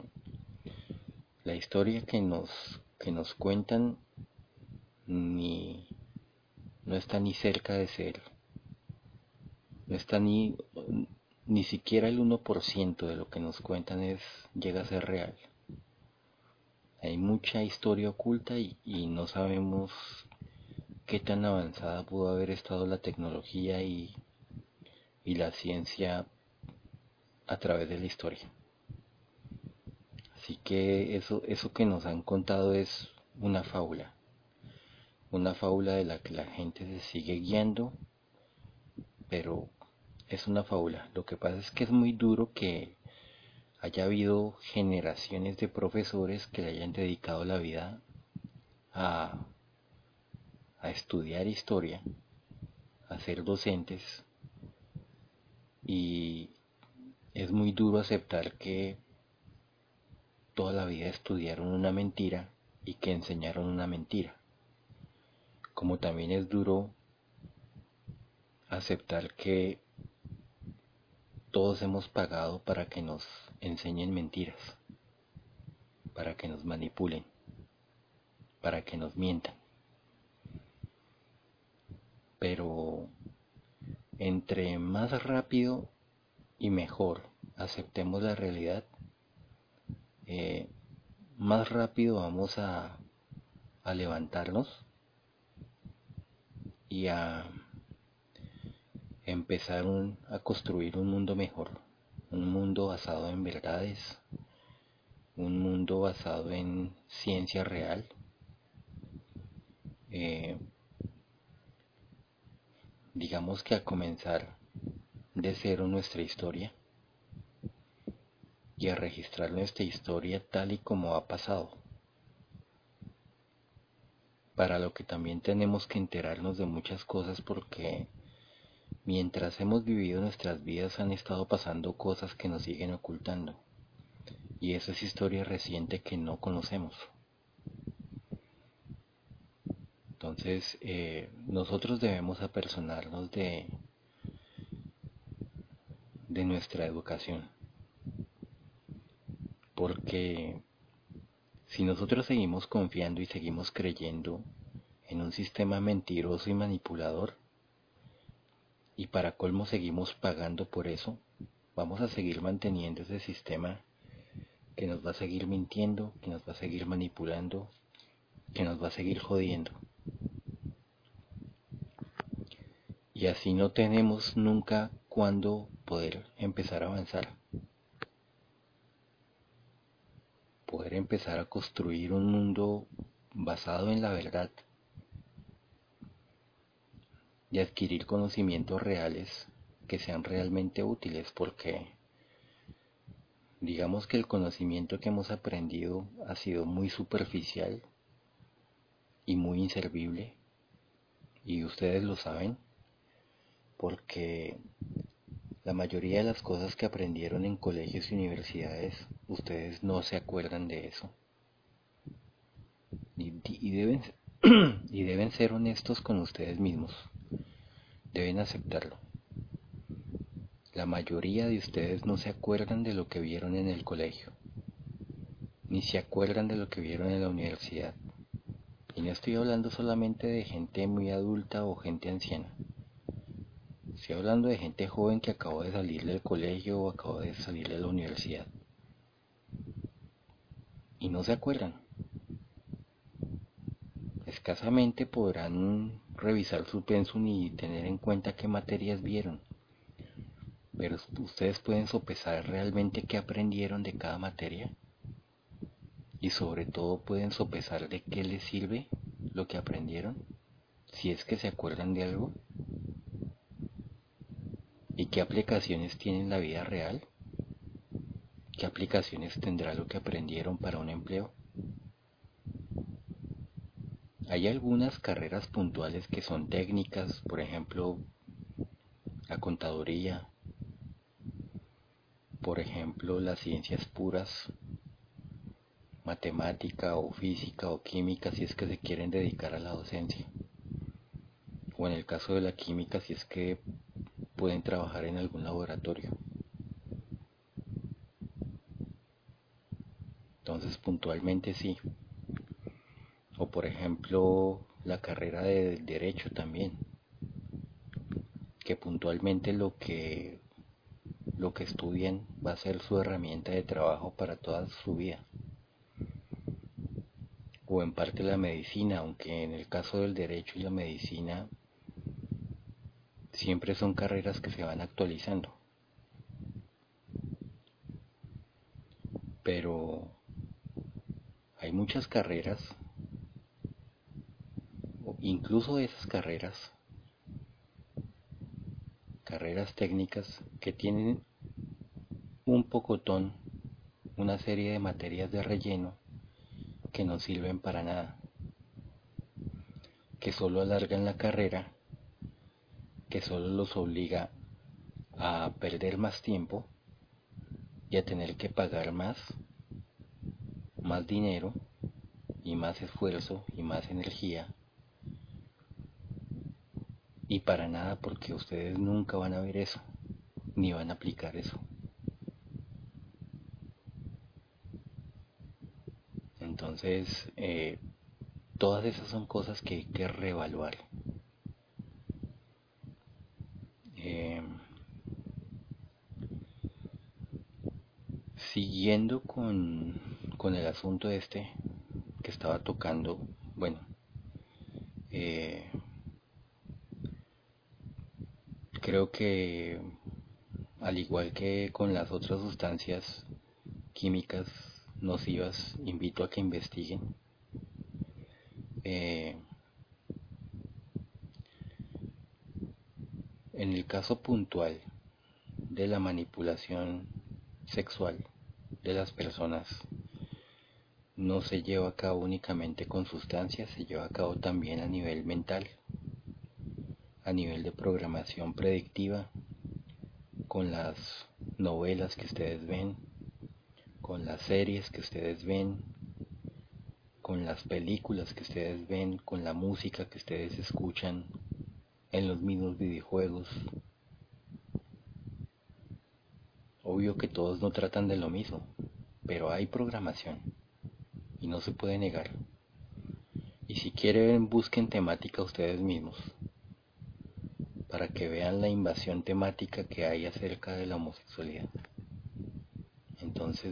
la historia que nos cuentan ni no está ni cerca de ser, no está ni siquiera el 1% de lo que nos cuentan llega a ser real. Hay mucha historia oculta y no sabemos qué tan avanzada pudo haber estado la tecnología y la ciencia a través de la historia. Así que eso que nos han contado es una fábula de la que la gente se sigue guiando, pero es una fábula. Lo que pasa es que es muy duro que haya habido generaciones de profesores que le hayan dedicado la vida a, a estudiar historia, a ser docentes, y es muy duro aceptar que toda la vida estudiaron una mentira y que enseñaron una mentira. Como también es duro aceptar que todos hemos pagado para que nos enseñen mentiras, para que nos manipulen, para que nos mientan. Pero entre más rápido y mejor aceptemos la realidad, más rápido vamos a levantarnos y a empezar a construir un mundo mejor, un mundo basado en verdades, un mundo basado en ciencia real, eh, digamos que a comenzar de cero nuestra historia y a registrar nuestra historia tal y como ha pasado, para lo que también tenemos que enterarnos de muchas cosas porque mientras hemos vivido nuestras vidas han estado pasando cosas que nos siguen ocultando y esa es historia reciente que no conocemos. Entonces nosotros debemos apersonarnos de nuestra educación, porque si nosotros seguimos confiando y seguimos creyendo en un sistema mentiroso y manipulador, y para colmo seguimos pagando por eso, vamos a seguir manteniendo ese sistema que nos va a seguir mintiendo, que nos va a seguir manipulando, que nos va a seguir jodiendo. Y así no tenemos nunca cuándo poder empezar a avanzar, poder empezar a construir un mundo basado en la verdad y adquirir conocimientos reales que sean realmente útiles, porque digamos que el conocimiento que hemos aprendido ha sido muy superficial y muy inservible, y ustedes lo saben, porque la mayoría de las cosas que aprendieron en colegios y universidades, ustedes no se acuerdan de eso. Y deben, y deben ser honestos con ustedes mismos. Deben aceptarlo. La mayoría de ustedes no se acuerdan de lo que vieron en el colegio, ni se acuerdan de lo que vieron en la universidad. Y no estoy hablando solamente de gente muy adulta o gente anciana. Estoy hablando de gente joven que acabó de salir del colegio o acabó de salir de la universidad. Y no se acuerdan. Escasamente podrán revisar su pensum y tener en cuenta qué materias vieron. Pero ustedes pueden sopesar realmente qué aprendieron de cada materia. Y sobre todo pueden sopesar de qué les sirve lo que aprendieron, si es que se acuerdan de algo. ¿Y qué aplicaciones tiene en la vida real? ¿Qué aplicaciones tendrá lo que aprendieron para un empleo? Hay algunas carreras puntuales que son técnicas, por ejemplo, la contaduría, por ejemplo, las ciencias puras, matemática o física o química si es que se quieren dedicar a la docencia. O en el caso de la química si es que pueden trabajar en algún laboratorio. Entonces puntualmente sí. O por ejemplo la carrera de derecho también, que puntualmente lo que estudian va a ser su herramienta de trabajo para toda su vida. O en parte la medicina, aunque en el caso del derecho y la medicina siempre son carreras que se van actualizando. Pero hay muchas carreras, incluso esas carreras técnicas que tienen un pocotón, una serie de materias de relleno que no sirven para nada, que solo alargan la carrera, que solo los obliga a perder más tiempo y a tener que pagar más dinero y más esfuerzo y más energía, y para nada, porque ustedes nunca van a ver eso, ni van a aplicar eso. Entonces, todas esas son cosas que hay que reevaluar. Eh, Siguiendo con el asunto este que estaba tocando, bueno, eh, creo que al igual que con las otras sustancias químicas nocivas, invito a que investiguen. Eh, en el caso puntual de la manipulación sexual de las personas, no se lleva a cabo únicamente con sustancias, se lleva a cabo también a nivel mental, a nivel de programación predictiva, con las novelas que ustedes ven, con las series que ustedes ven, con las películas que ustedes ven, con la música que ustedes escuchan, en los mismos videojuegos. Obvio que todos no tratan de lo mismo, pero hay programación y no se puede negar. Y si quieren, busquen temática ustedes mismos. para que vean la invasión temática que hay acerca de la homosexualidad. Entonces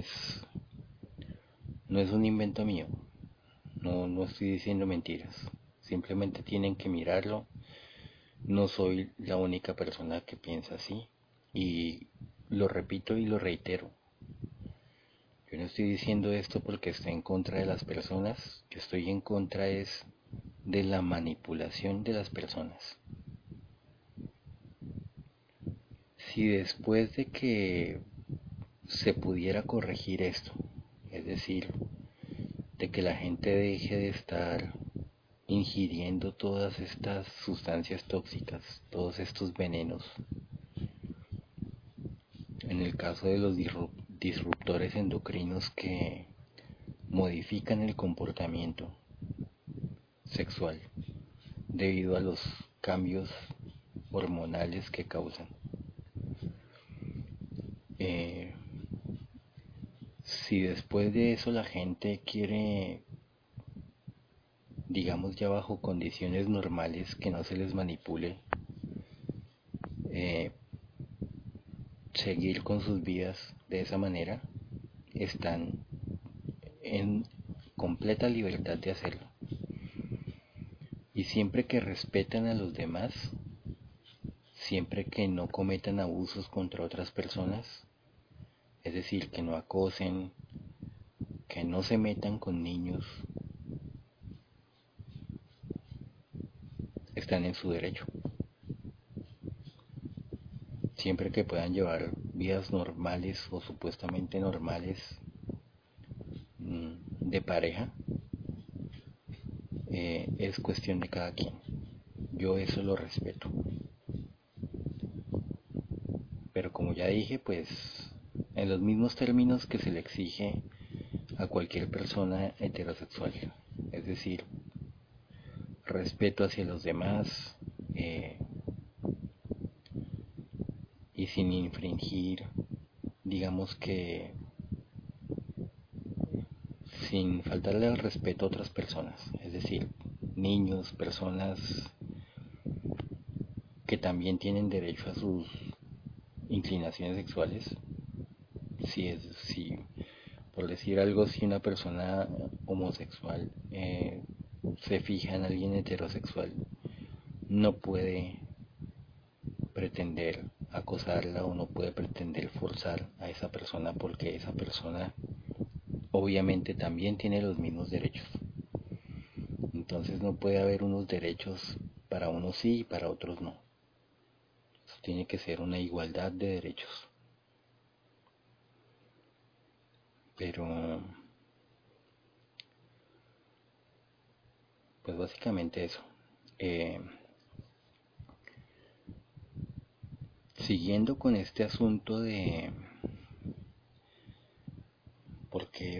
no es un invento mío, no estoy diciendo mentiras, simplemente tienen que mirarlo. No soy la única persona que piensa así, y lo repito y lo reitero. Yo no estoy diciendo esto porque esté en contra de las personas, yo estoy en contra es de la manipulación de las personas. Si después de que se pudiera corregir esto, es decir, de que la gente deje de estar ingiriendo todas estas sustancias tóxicas, todos estos venenos, en el caso de los disruptores endocrinos que modifican el comportamiento sexual debido a los cambios hormonales que causan. Eh, si después de eso la gente quiere, digamos ya bajo condiciones normales, que no se les manipule, eh, seguir con sus vidas de esa manera, están en completa libertad de hacerlo. Y siempre que respeten a los demás, siempre que no cometan abusos contra otras personas, es decir, que no acosen, que no se metan con niños, están en su derecho. Siempre que puedan llevar vidas normales o supuestamente normales de pareja, es cuestión de cada quien. Yo eso lo respeto. Pero como ya dije, pues en los mismos términos que se le exige a cualquier persona heterosexual. Es decir, respeto hacia los demás, y sin infringir, digamos que sin faltarle al respeto a otras personas, es decir, niños, personas que también tienen derecho a sus inclinaciones sexuales. Si por decir algo, si una persona homosexual se fija en alguien heterosexual, no puede pretender acosarla o no puede pretender forzar a esa persona, porque esa persona obviamente también tiene los mismos derechos. Entonces no puede haber unos derechos para unos sí y para otros no. Eso tiene que ser una igualdad de derechos. Pero pues básicamente eso. Siguiendo con este asunto de porque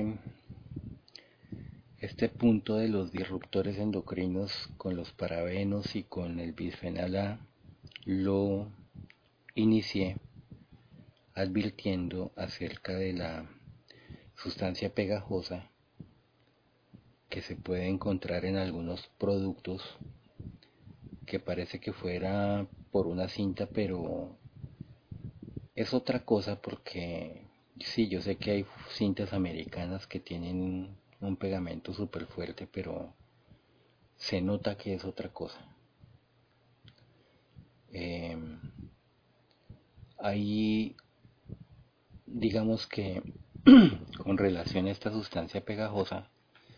este punto de los disruptores endocrinos con los parabenos y con el bisfenol A lo inicié advirtiendo acerca de la sustancia pegajosa que se puede encontrar en algunos productos, que parece que fuera por una cinta, pero es otra cosa, porque sí, yo sé que hay cintas americanas que tienen un pegamento súper fuerte, pero se nota que es otra cosa. Ahí, digamos que con relación a esta sustancia pegajosa,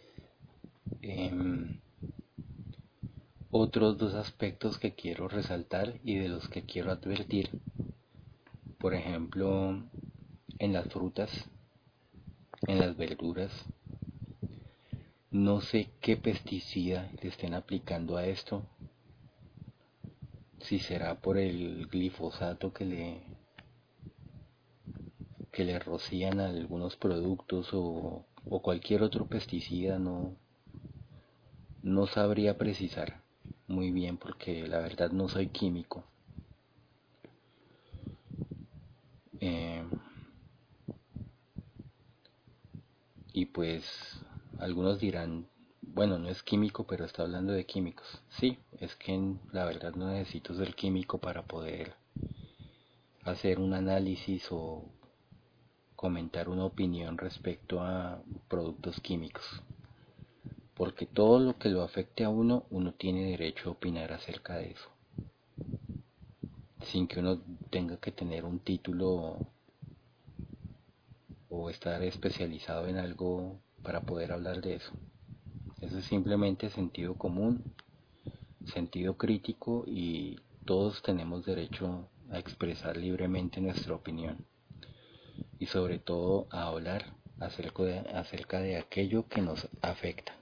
otros dos aspectos que quiero resaltar y de los que quiero advertir, por ejemplo, en las frutas, en las verduras, no sé qué pesticida le estén aplicando a esto, si será por el glifosato que le rocían a algunos productos, o cualquier otro pesticida, no sabría precisar muy bien porque la verdad no soy químico. Eh, y pues algunos dirán, bueno, no es químico, pero está hablando de químicos. Sí, es que la verdad no necesito ser químico para poder hacer un análisis o comentar una opinión respecto a productos químicos. Porque todo lo que lo afecte a uno, uno tiene derecho a opinar acerca de eso. Sin que uno tenga que tener un título o estar especializado en algo para poder hablar de eso. Eso es simplemente sentido común, sentido crítico, y todos tenemos derecho a expresar libremente nuestra opinión y sobre todo a hablar acerca de aquello que nos afecta.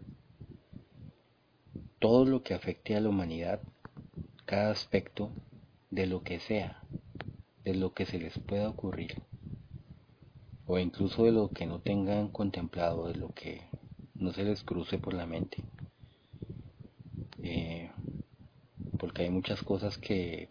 Todo lo que afecte a la humanidad, cada aspecto de lo que sea, de lo que se les pueda ocurrir, o incluso de lo que no tengan contemplado, de lo que no se les cruce por la mente. Eh, porque hay muchas cosas que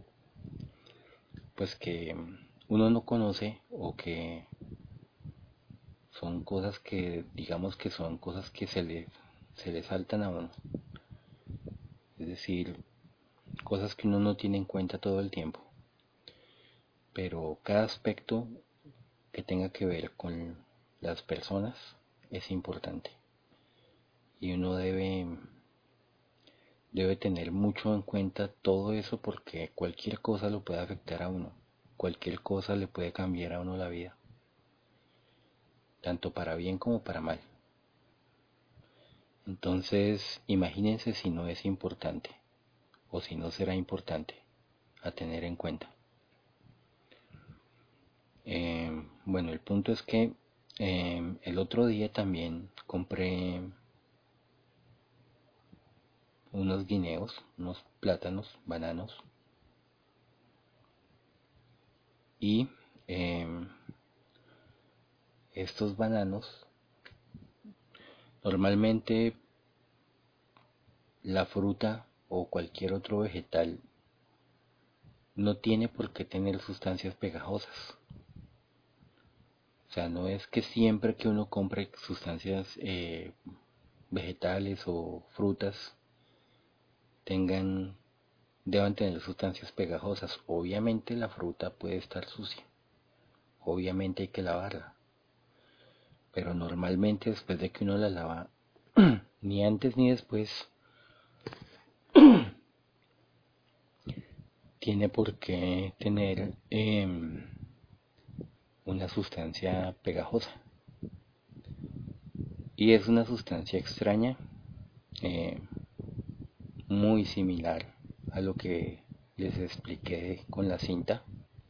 pues que uno no conoce, o que son cosas que digamos que son cosas que se le saltan a uno, es decir, cosas que uno no tiene en cuenta todo el tiempo, pero cada aspecto que tenga que ver con las personas es importante, y uno debe tener mucho en cuenta todo eso, porque cualquier cosa lo puede afectar a uno, cualquier cosa le puede cambiar a uno la vida, tanto para bien como para mal. Entonces, imagínense si no es importante, o si no será importante a tener en cuenta. Bueno, el punto es que el otro día también compré unos guineos, unos plátanos, bananos, y estos bananos, normalmente la fruta o cualquier otro vegetal no tiene por qué tener sustancias pegajosas. O sea, no es que siempre que uno compre sustancias vegetales o frutas tengan deban tener sustancias pegajosas. Obviamente la fruta puede estar sucia, obviamente hay que lavarla, pero normalmente después de que uno la lava, ni antes ni después, tiene por qué tener una sustancia pegajosa. Y es una sustancia extraña, eh, muy similar a lo que les expliqué con la cinta.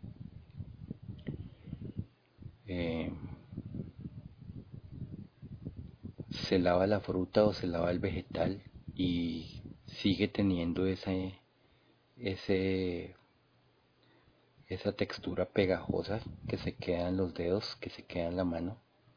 Eh, Se lava la fruta o se lava el vegetal y sigue teniendo ese, esa textura pegajosa que se queda en los dedos, que se queda en la mano.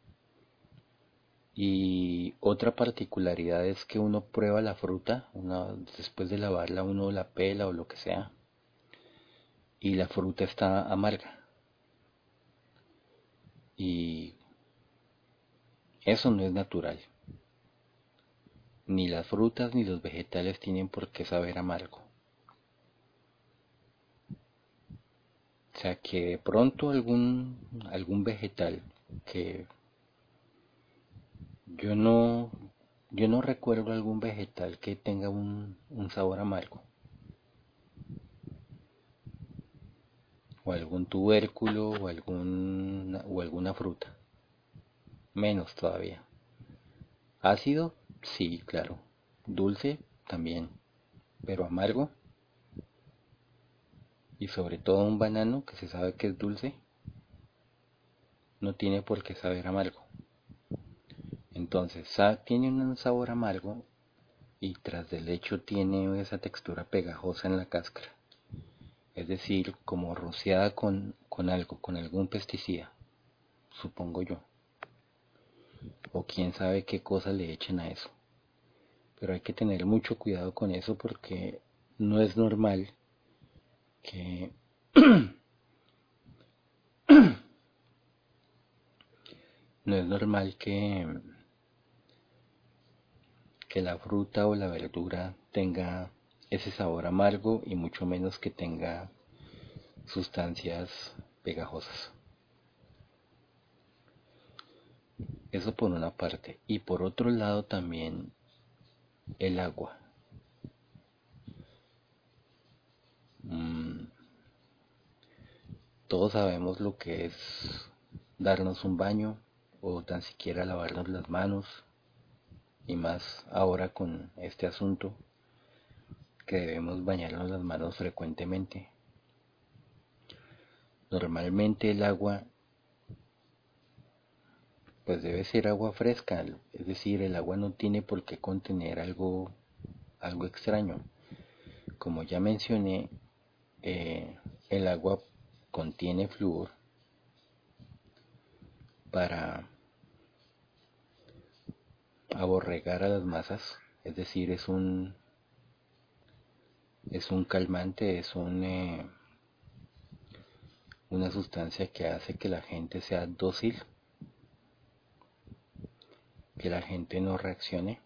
Y otra particularidad es que uno prueba la fruta, después de lavarla uno la pela o lo que sea, y la fruta está amarga. Y eso no es natural. Ni las frutas ni los vegetales tienen por qué saber amargo. O sea que de pronto algún vegetal que yo no, yo no recuerdo algún vegetal que tenga un sabor amargo, o algún tubérculo o alguna fruta, menos todavía. Ácido, sí, claro. Dulce, también, pero amargo, y sobre todo un banano que se sabe que es dulce, no tiene por qué saber amargo. Entonces, tiene un sabor amargo, y tras del hecho tiene esa textura pegajosa en la cáscara, es decir, como rociada con algo, con algún pesticida, supongo yo, o quién sabe qué cosa le echen a eso. Pero hay que tener mucho cuidado con eso, porque no es normal que no es normal que la fruta o la verdura tenga ese sabor amargo y mucho menos que tenga sustancias pegajosas. Eso por una parte. Y por otro lado también el agua. Mm, todos sabemos lo que es darnos un baño o tan siquiera lavarnos las manos, y más ahora con este asunto que debemos bañarnos las manos frecuentemente. Normalmente el agua pues debe ser agua fresca, es decir, el agua no tiene por qué contener algo extraño. Como ya mencioné, el agua contiene flúor para aborregar a las masas, es decir, es un calmante, una sustancia que hace que la gente sea dócil, que la gente no reaccione,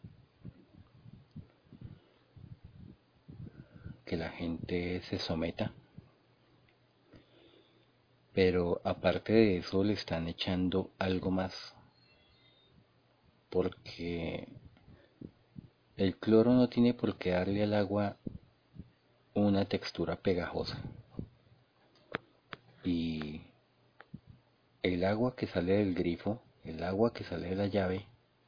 que la gente se someta. Pero aparte de eso le están echando algo más, porque el cloro no tiene por qué darle al agua una textura pegajosa. Y el agua que sale del grifo, el agua que sale de la llave,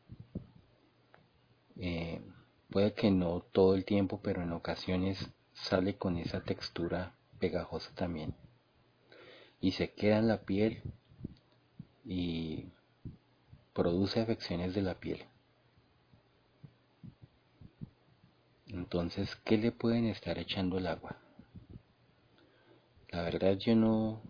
eh, puede que no todo el tiempo, pero en ocasiones sale con esa textura pegajosa también. Y se queda en la piel y produce afecciones de la piel. Entonces, ¿qué le pueden estar echando al agua? La verdad yo no,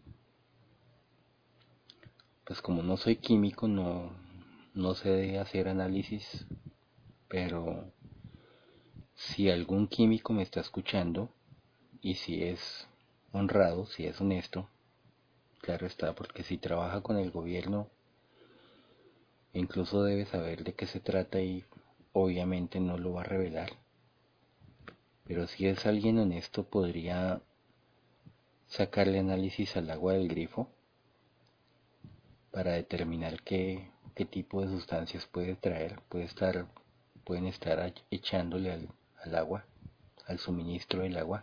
pues como no soy químico, no sé de hacer análisis, pero si algún químico me está escuchando y si es honrado, si es honesto, claro está, porque si trabaja con el gobierno, incluso debe saber de qué se trata y obviamente no lo va a revelar. Pero si es alguien honesto, podría sacarle análisis al agua del grifo para determinar qué tipo de sustancias puede traer, pueden estar echándole al agua, al suministro del agua,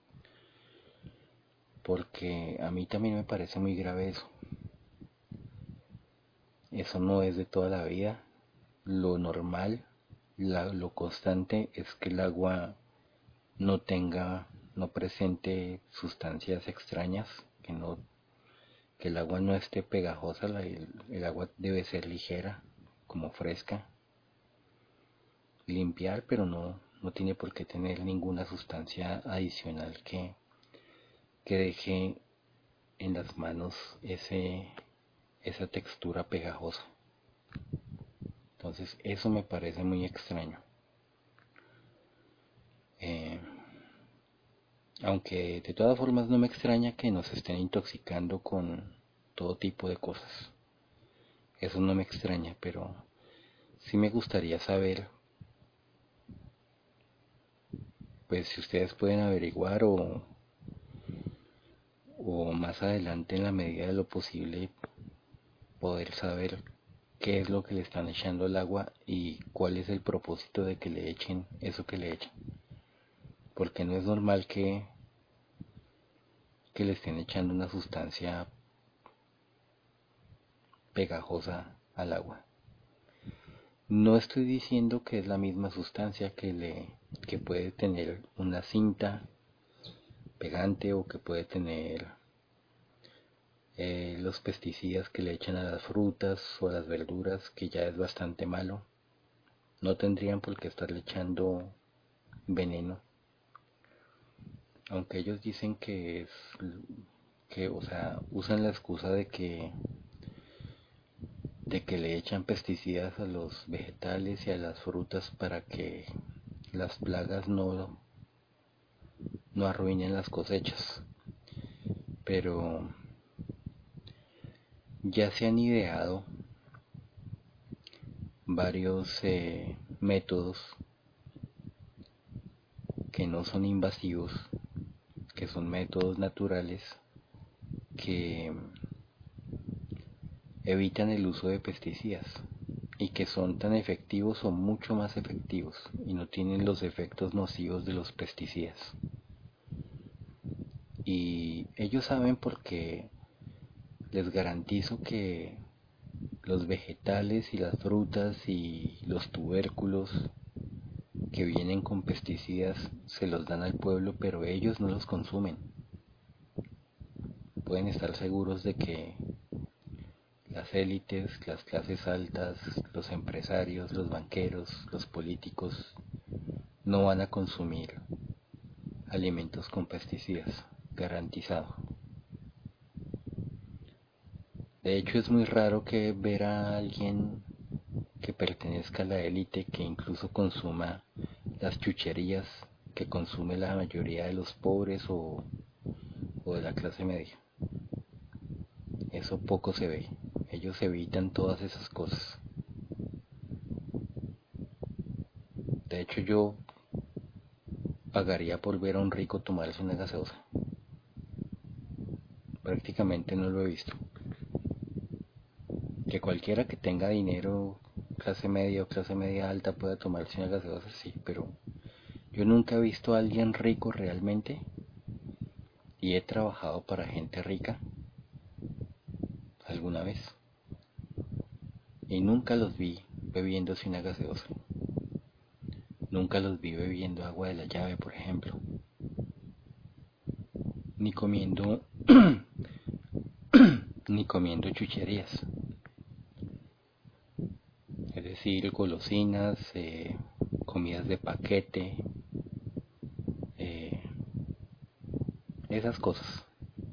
porque a mí también me parece muy grave eso. Eso no es de toda la vida. Lo normal, lo constante es que el agua no presente sustancias extrañas, que el agua no esté pegajosa, el agua debe ser ligera, como fresca, limpiar, pero no tiene por qué tener ninguna sustancia adicional que deje en las manos esa textura pegajosa. Entonces eso me parece muy extraño. Eh, Aunque de todas formas no me extraña que nos estén intoxicando con todo tipo de cosas. Eso no me extraña, pero sí me gustaría saber, pues si ustedes pueden averiguar o más adelante en la medida de lo posible poder saber qué es lo que le están echando al agua y cuál es el propósito de que le echen eso que le echan. Porque no es normal que le estén echando una sustancia pegajosa al agua. No estoy diciendo que es la misma sustancia que puede tener una cinta pegante o que puede tener los pesticidas que le echan a las frutas o a las verduras, que ya es bastante malo. No tendrían por qué estarle echando veneno, aunque ellos dicen o sea, usan la excusa de que le echan pesticidas a los vegetales y a las frutas para que las plagas no arruinen las cosechas. Pero ya se han ideado varios métodos que no son invasivos, que son métodos naturales que evitan el uso de pesticidas y que son tan efectivos o mucho más efectivos y no tienen los efectos nocivos de los pesticidas. Y ellos saben porque les garantizo que los vegetales y las frutas y los tubérculos que vienen con pesticidas se los dan al pueblo, pero ellos no los consumen. Pueden estar seguros de que las élites, las clases altas, los empresarios, los banqueros, los políticos no van a consumir alimentos con pesticidas, garantizado. De hecho, es muy raro que ver a alguien que pertenezca a la élite que incluso consuma las chucherías que consume la mayoría de los pobres o de la clase media. Eso poco se ve. Ellos evitan todas esas cosas. De hecho, yo pagaría por ver a un rico tomarse una gaseosa. Prácticamente no lo he visto. Que cualquiera que tenga dinero, clase media o clase media alta, pueda tomarse una gaseosa, sí, pero yo nunca he visto a alguien rico realmente, y he trabajado para gente rica alguna vez, y nunca los vi bebiéndose una gaseosa. Nunca los vi bebiendo agua de la llave, por ejemplo, ni comiendo ni comiendo chucherías, es decir, golosinas, comidas de paquete, eh, esas cosas.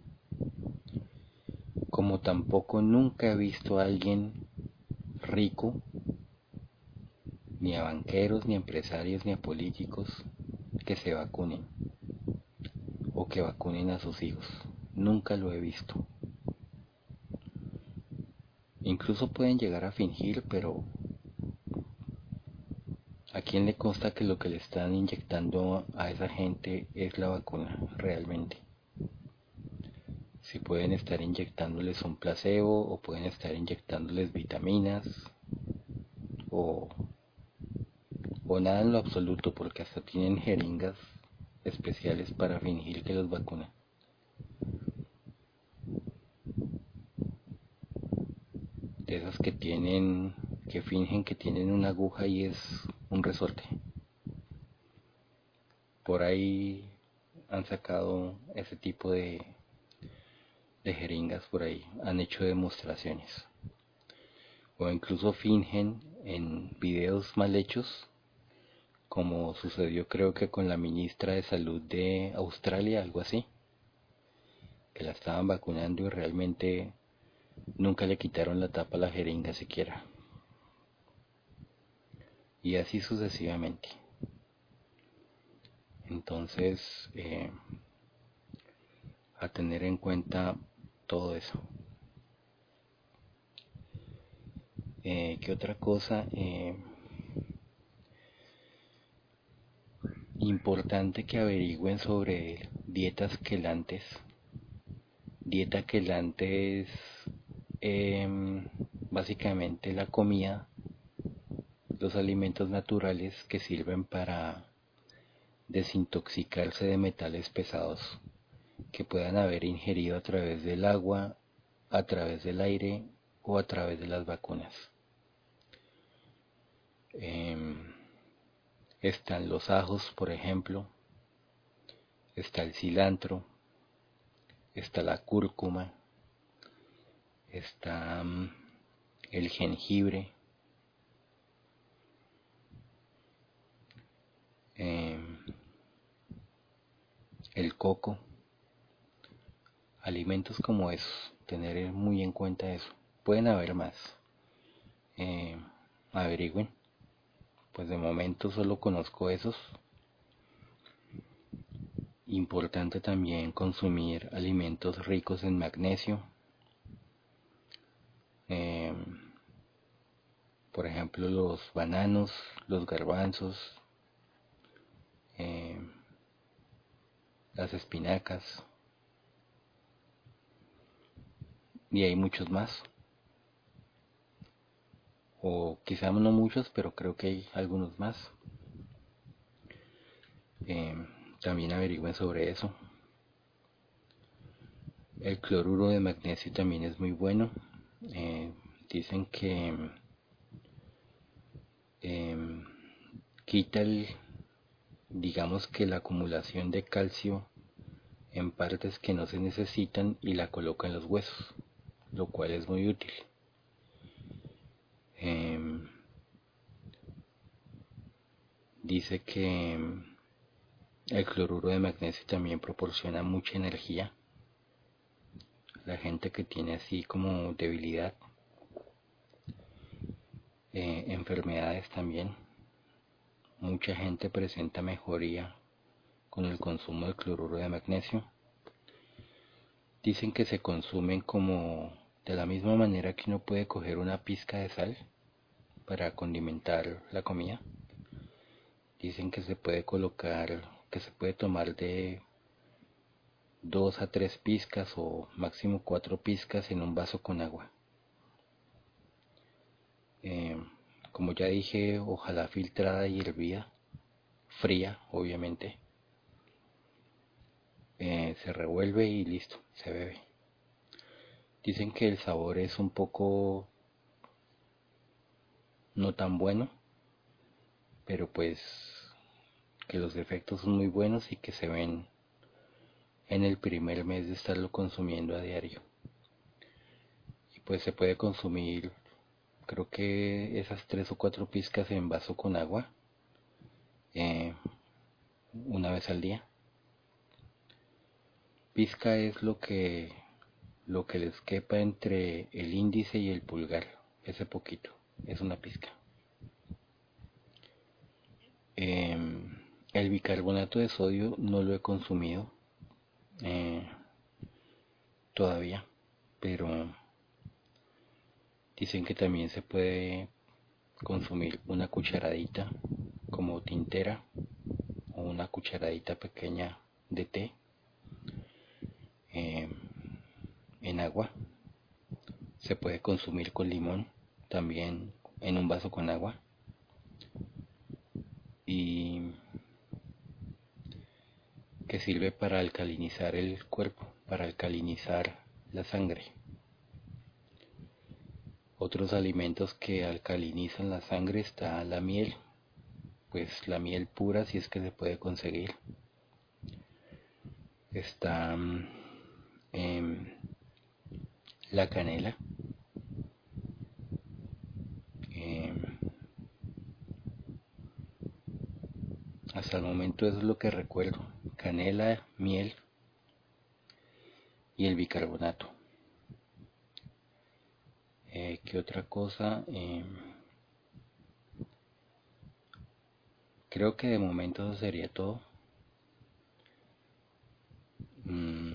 Como tampoco nunca he visto a alguien rico, ni a banqueros, ni a empresarios, ni a políticos, que se vacunen o que vacunen a sus hijos. Nunca lo he visto. Incluso pueden llegar a fingir, pero ¿a quién le consta que lo que le están inyectando a esa gente es la vacuna realmente? Si pueden estar inyectándoles un placebo o pueden estar inyectándoles vitaminas o, o nada en lo absoluto, porque hasta tienen jeringas especiales para fingir que los vacunan. De esas que fingen que tienen una aguja y es un resorte. Por ahí han sacado ese tipo de jeringas, por ahí han hecho demostraciones. O incluso fingen en videos mal hechos, como sucedió creo que con la ministra de Salud de Australia, algo así, que la estaban vacunando y realmente nunca le quitaron la tapa a la jeringa siquiera. Y así sucesivamente. Entonces, a tener en cuenta todo eso. ¿Qué otra cosa importante que averigüen sobre dietas quelantes? Dieta quelante es básicamente la comida, los alimentos naturales que sirven para desintoxicarse de metales pesados que puedan haber ingerido a través del agua, a través del aire o a través de las vacunas. Están los ajos, por ejemplo, está el cilantro, está la cúrcuma, está el jengibre, el coco, alimentos como esos, tener muy en cuenta eso. Pueden haber más, averigüen, pues de momento solo conozco esos. Importante también consumir alimentos ricos en magnesio, por ejemplo los bananos, los garbanzos, las espinacas, y hay muchos más, o quizá no muchos, pero creo que hay algunos más. Eh, También averigüen sobre eso. El cloruro de magnesio también es muy bueno. Dicen que eh, quita digamos que la acumulación de calcio en partes que no se necesitan y la coloca en los huesos, lo cual es muy útil. Dice que el cloruro de magnesio también proporciona mucha energía. La gente que tiene así como debilidad, enfermedades también, mucha gente presenta mejoría con el consumo del cloruro de magnesio. Dicen que se consumen como de la misma manera que uno puede coger una pizca de sal para condimentar la comida. Dicen que se puede colocar, que se puede tomar de 2 a 3 pizcas o máximo 4 pizcas en un vaso con agua. Como ya dije, ojalá filtrada y hervida, fría obviamente. Se revuelve y listo, se bebe. Dicen que el sabor es un poco no tan bueno, pero pues que los efectos son muy buenos y que se ven en el primer mes de estarlo consumiendo a diario. Y pues se puede consumir, creo que esas 3 o 4 pizcas en vaso con agua, una vez al día. Pizca es lo que les quepa entre el índice y el pulgar, ese poquito, es una pizca. El bicarbonato de sodio no lo he consumido todavía, pero dicen que también se puede consumir una cucharadita como tintera o una cucharadita pequeña de té eh, en agua. Se puede consumir con limón también en un vaso con agua. Y que sirve para alcalinizar el cuerpo, para alcalinizar la sangre. Otros alimentos que alcalinizan la sangre está la miel, pues la miel pura si es que se puede conseguir. Está la canela, em, hasta el momento eso es lo que recuerdo: canela, miel y el bicarbonato. ¿Qué otra cosa? Creo que de momento eso sería todo. Mm,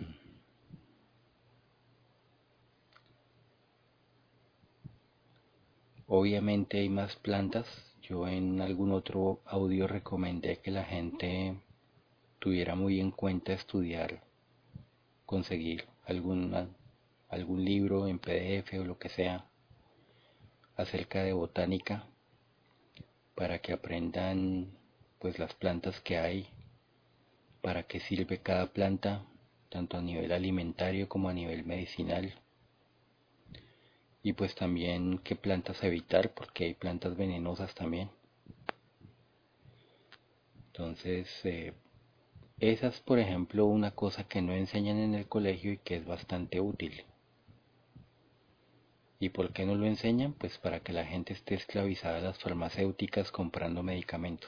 Obviamente hay más plantas. Yo en algún otro audio recomendé que la gente tuviera muy en cuenta estudiar, conseguir algún libro en PDF o lo que sea acerca de botánica para que aprendan pues las plantas que hay, para qué sirve cada planta, tanto a nivel alimentario como a nivel medicinal, y pues también qué plantas evitar porque hay plantas venenosas también. Entonces, esa es por ejemplo una cosa que no enseñan en el colegio y que es bastante útil. ¿Y por qué no lo enseñan? Pues para que la gente esté esclavizada a las farmacéuticas comprando medicamentos.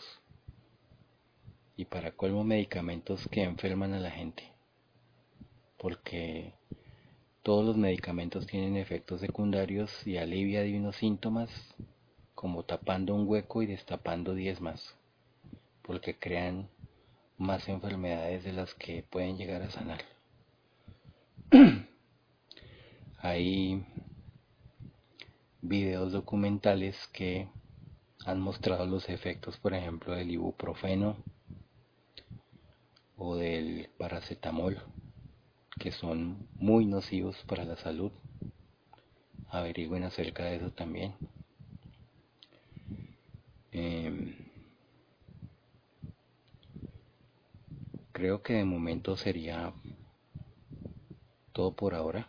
Y para colmo medicamentos que enferman a la gente. Porque todos los medicamentos tienen efectos secundarios y alivia de unos síntomas, como tapando un hueco y destapando 10 más. Porque crean más enfermedades de las que pueden llegar a sanar. Hay videos documentales que han mostrado los efectos, por ejemplo, del ibuprofeno o del paracetamol, que son muy nocivos para la salud. Averigüen acerca de eso también. Creo que de momento sería todo por ahora.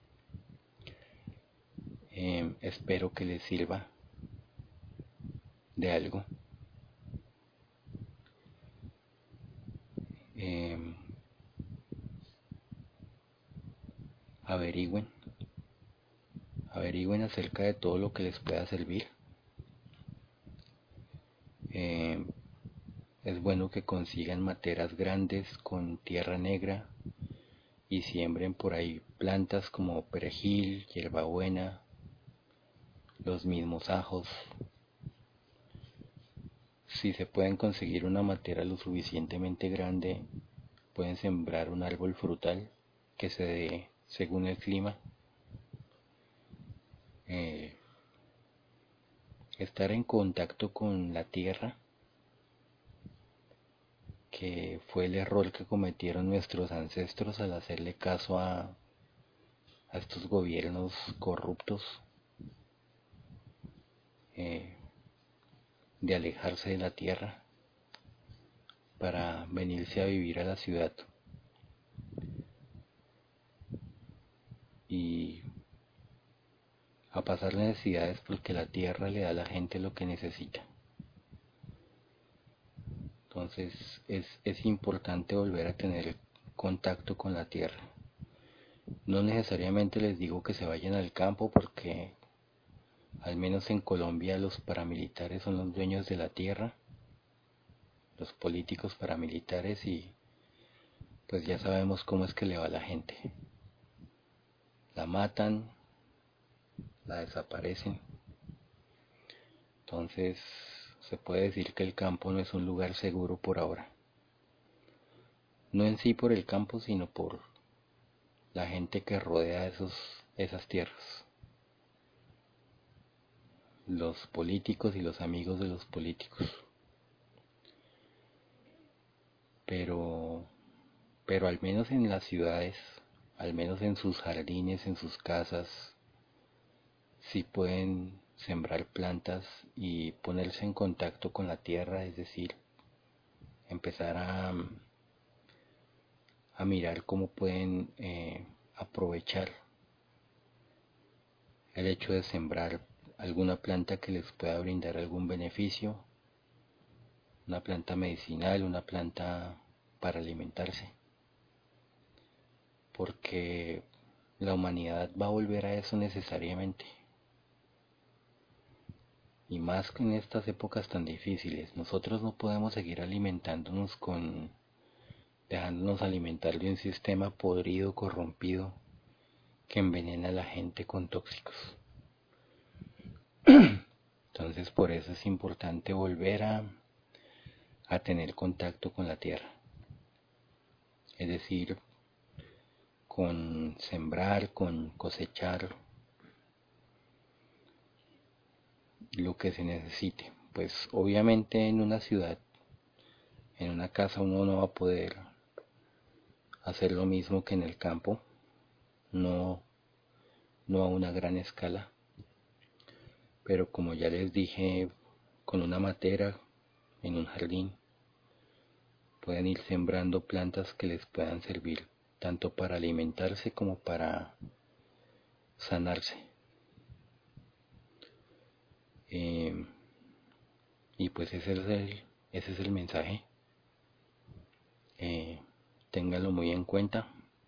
Espero que les sirva de algo. Averigüen, averigüen acerca de todo lo que les pueda servir. Es bueno que consigan materas grandes con tierra negra y siembren por ahí plantas como perejil, hierbabuena, los mismos ajos. Si se pueden conseguir una matera lo suficientemente grande, pueden sembrar un árbol frutal que se dé según el clima. Estar en contacto con la tierra, que fue el error que cometieron nuestros ancestros al hacerle caso a estos gobiernos corruptos, de alejarse de la tierra para venirse a vivir a la ciudad y a pasar necesidades, porque la tierra le da a la gente lo que necesita. Entonces es importante volver a tener contacto con la tierra. No necesariamente les digo que se vayan al campo, porque al menos en Colombia los paramilitares son los dueños de la tierra, los políticos paramilitares, y pues ya sabemos cómo es que le va a la gente. La matan, la desaparecen. Entonces se puede decir que el campo no es un lugar seguro por ahora. No en sí por el campo, sino por la gente que rodea esas tierras. Los políticos y los amigos de los políticos. Pero al menos en las ciudades, al menos en sus jardines, en sus casas, sí pueden sembrar plantas y ponerse en contacto con la tierra, es decir, empezar a mirar cómo pueden aprovechar el hecho de sembrar alguna planta que les pueda brindar algún beneficio, una planta medicinal, una planta para alimentarse, porque la humanidad va a volver a eso necesariamente. Y más que en estas épocas tan difíciles, nosotros no podemos seguir alimentándonos dejándonos alimentar de un sistema podrido, corrompido, que envenena a la gente con tóxicos. Entonces por eso es importante volver a tener contacto con la tierra. Es decir, con sembrar, con cosechar lo que se necesite. Pues obviamente en una ciudad, en una casa, uno no va a poder hacer lo mismo que en el campo, no a una gran escala, pero como ya les dije, con una matera en un jardín pueden ir sembrando plantas que les puedan servir tanto para alimentarse como para sanarse. Y pues ese es el mensaje. Ténganlo muy en cuenta.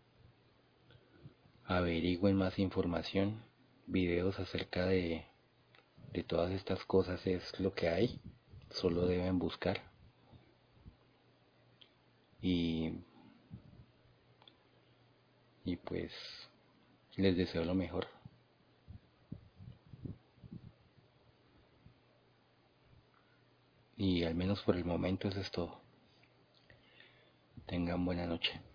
Averigüen más información. Videos acerca de todas estas cosas es lo que hay. Solo deben buscar. Y pues les deseo lo mejor. Y al menos por el momento eso es todo. Tengan buena noche.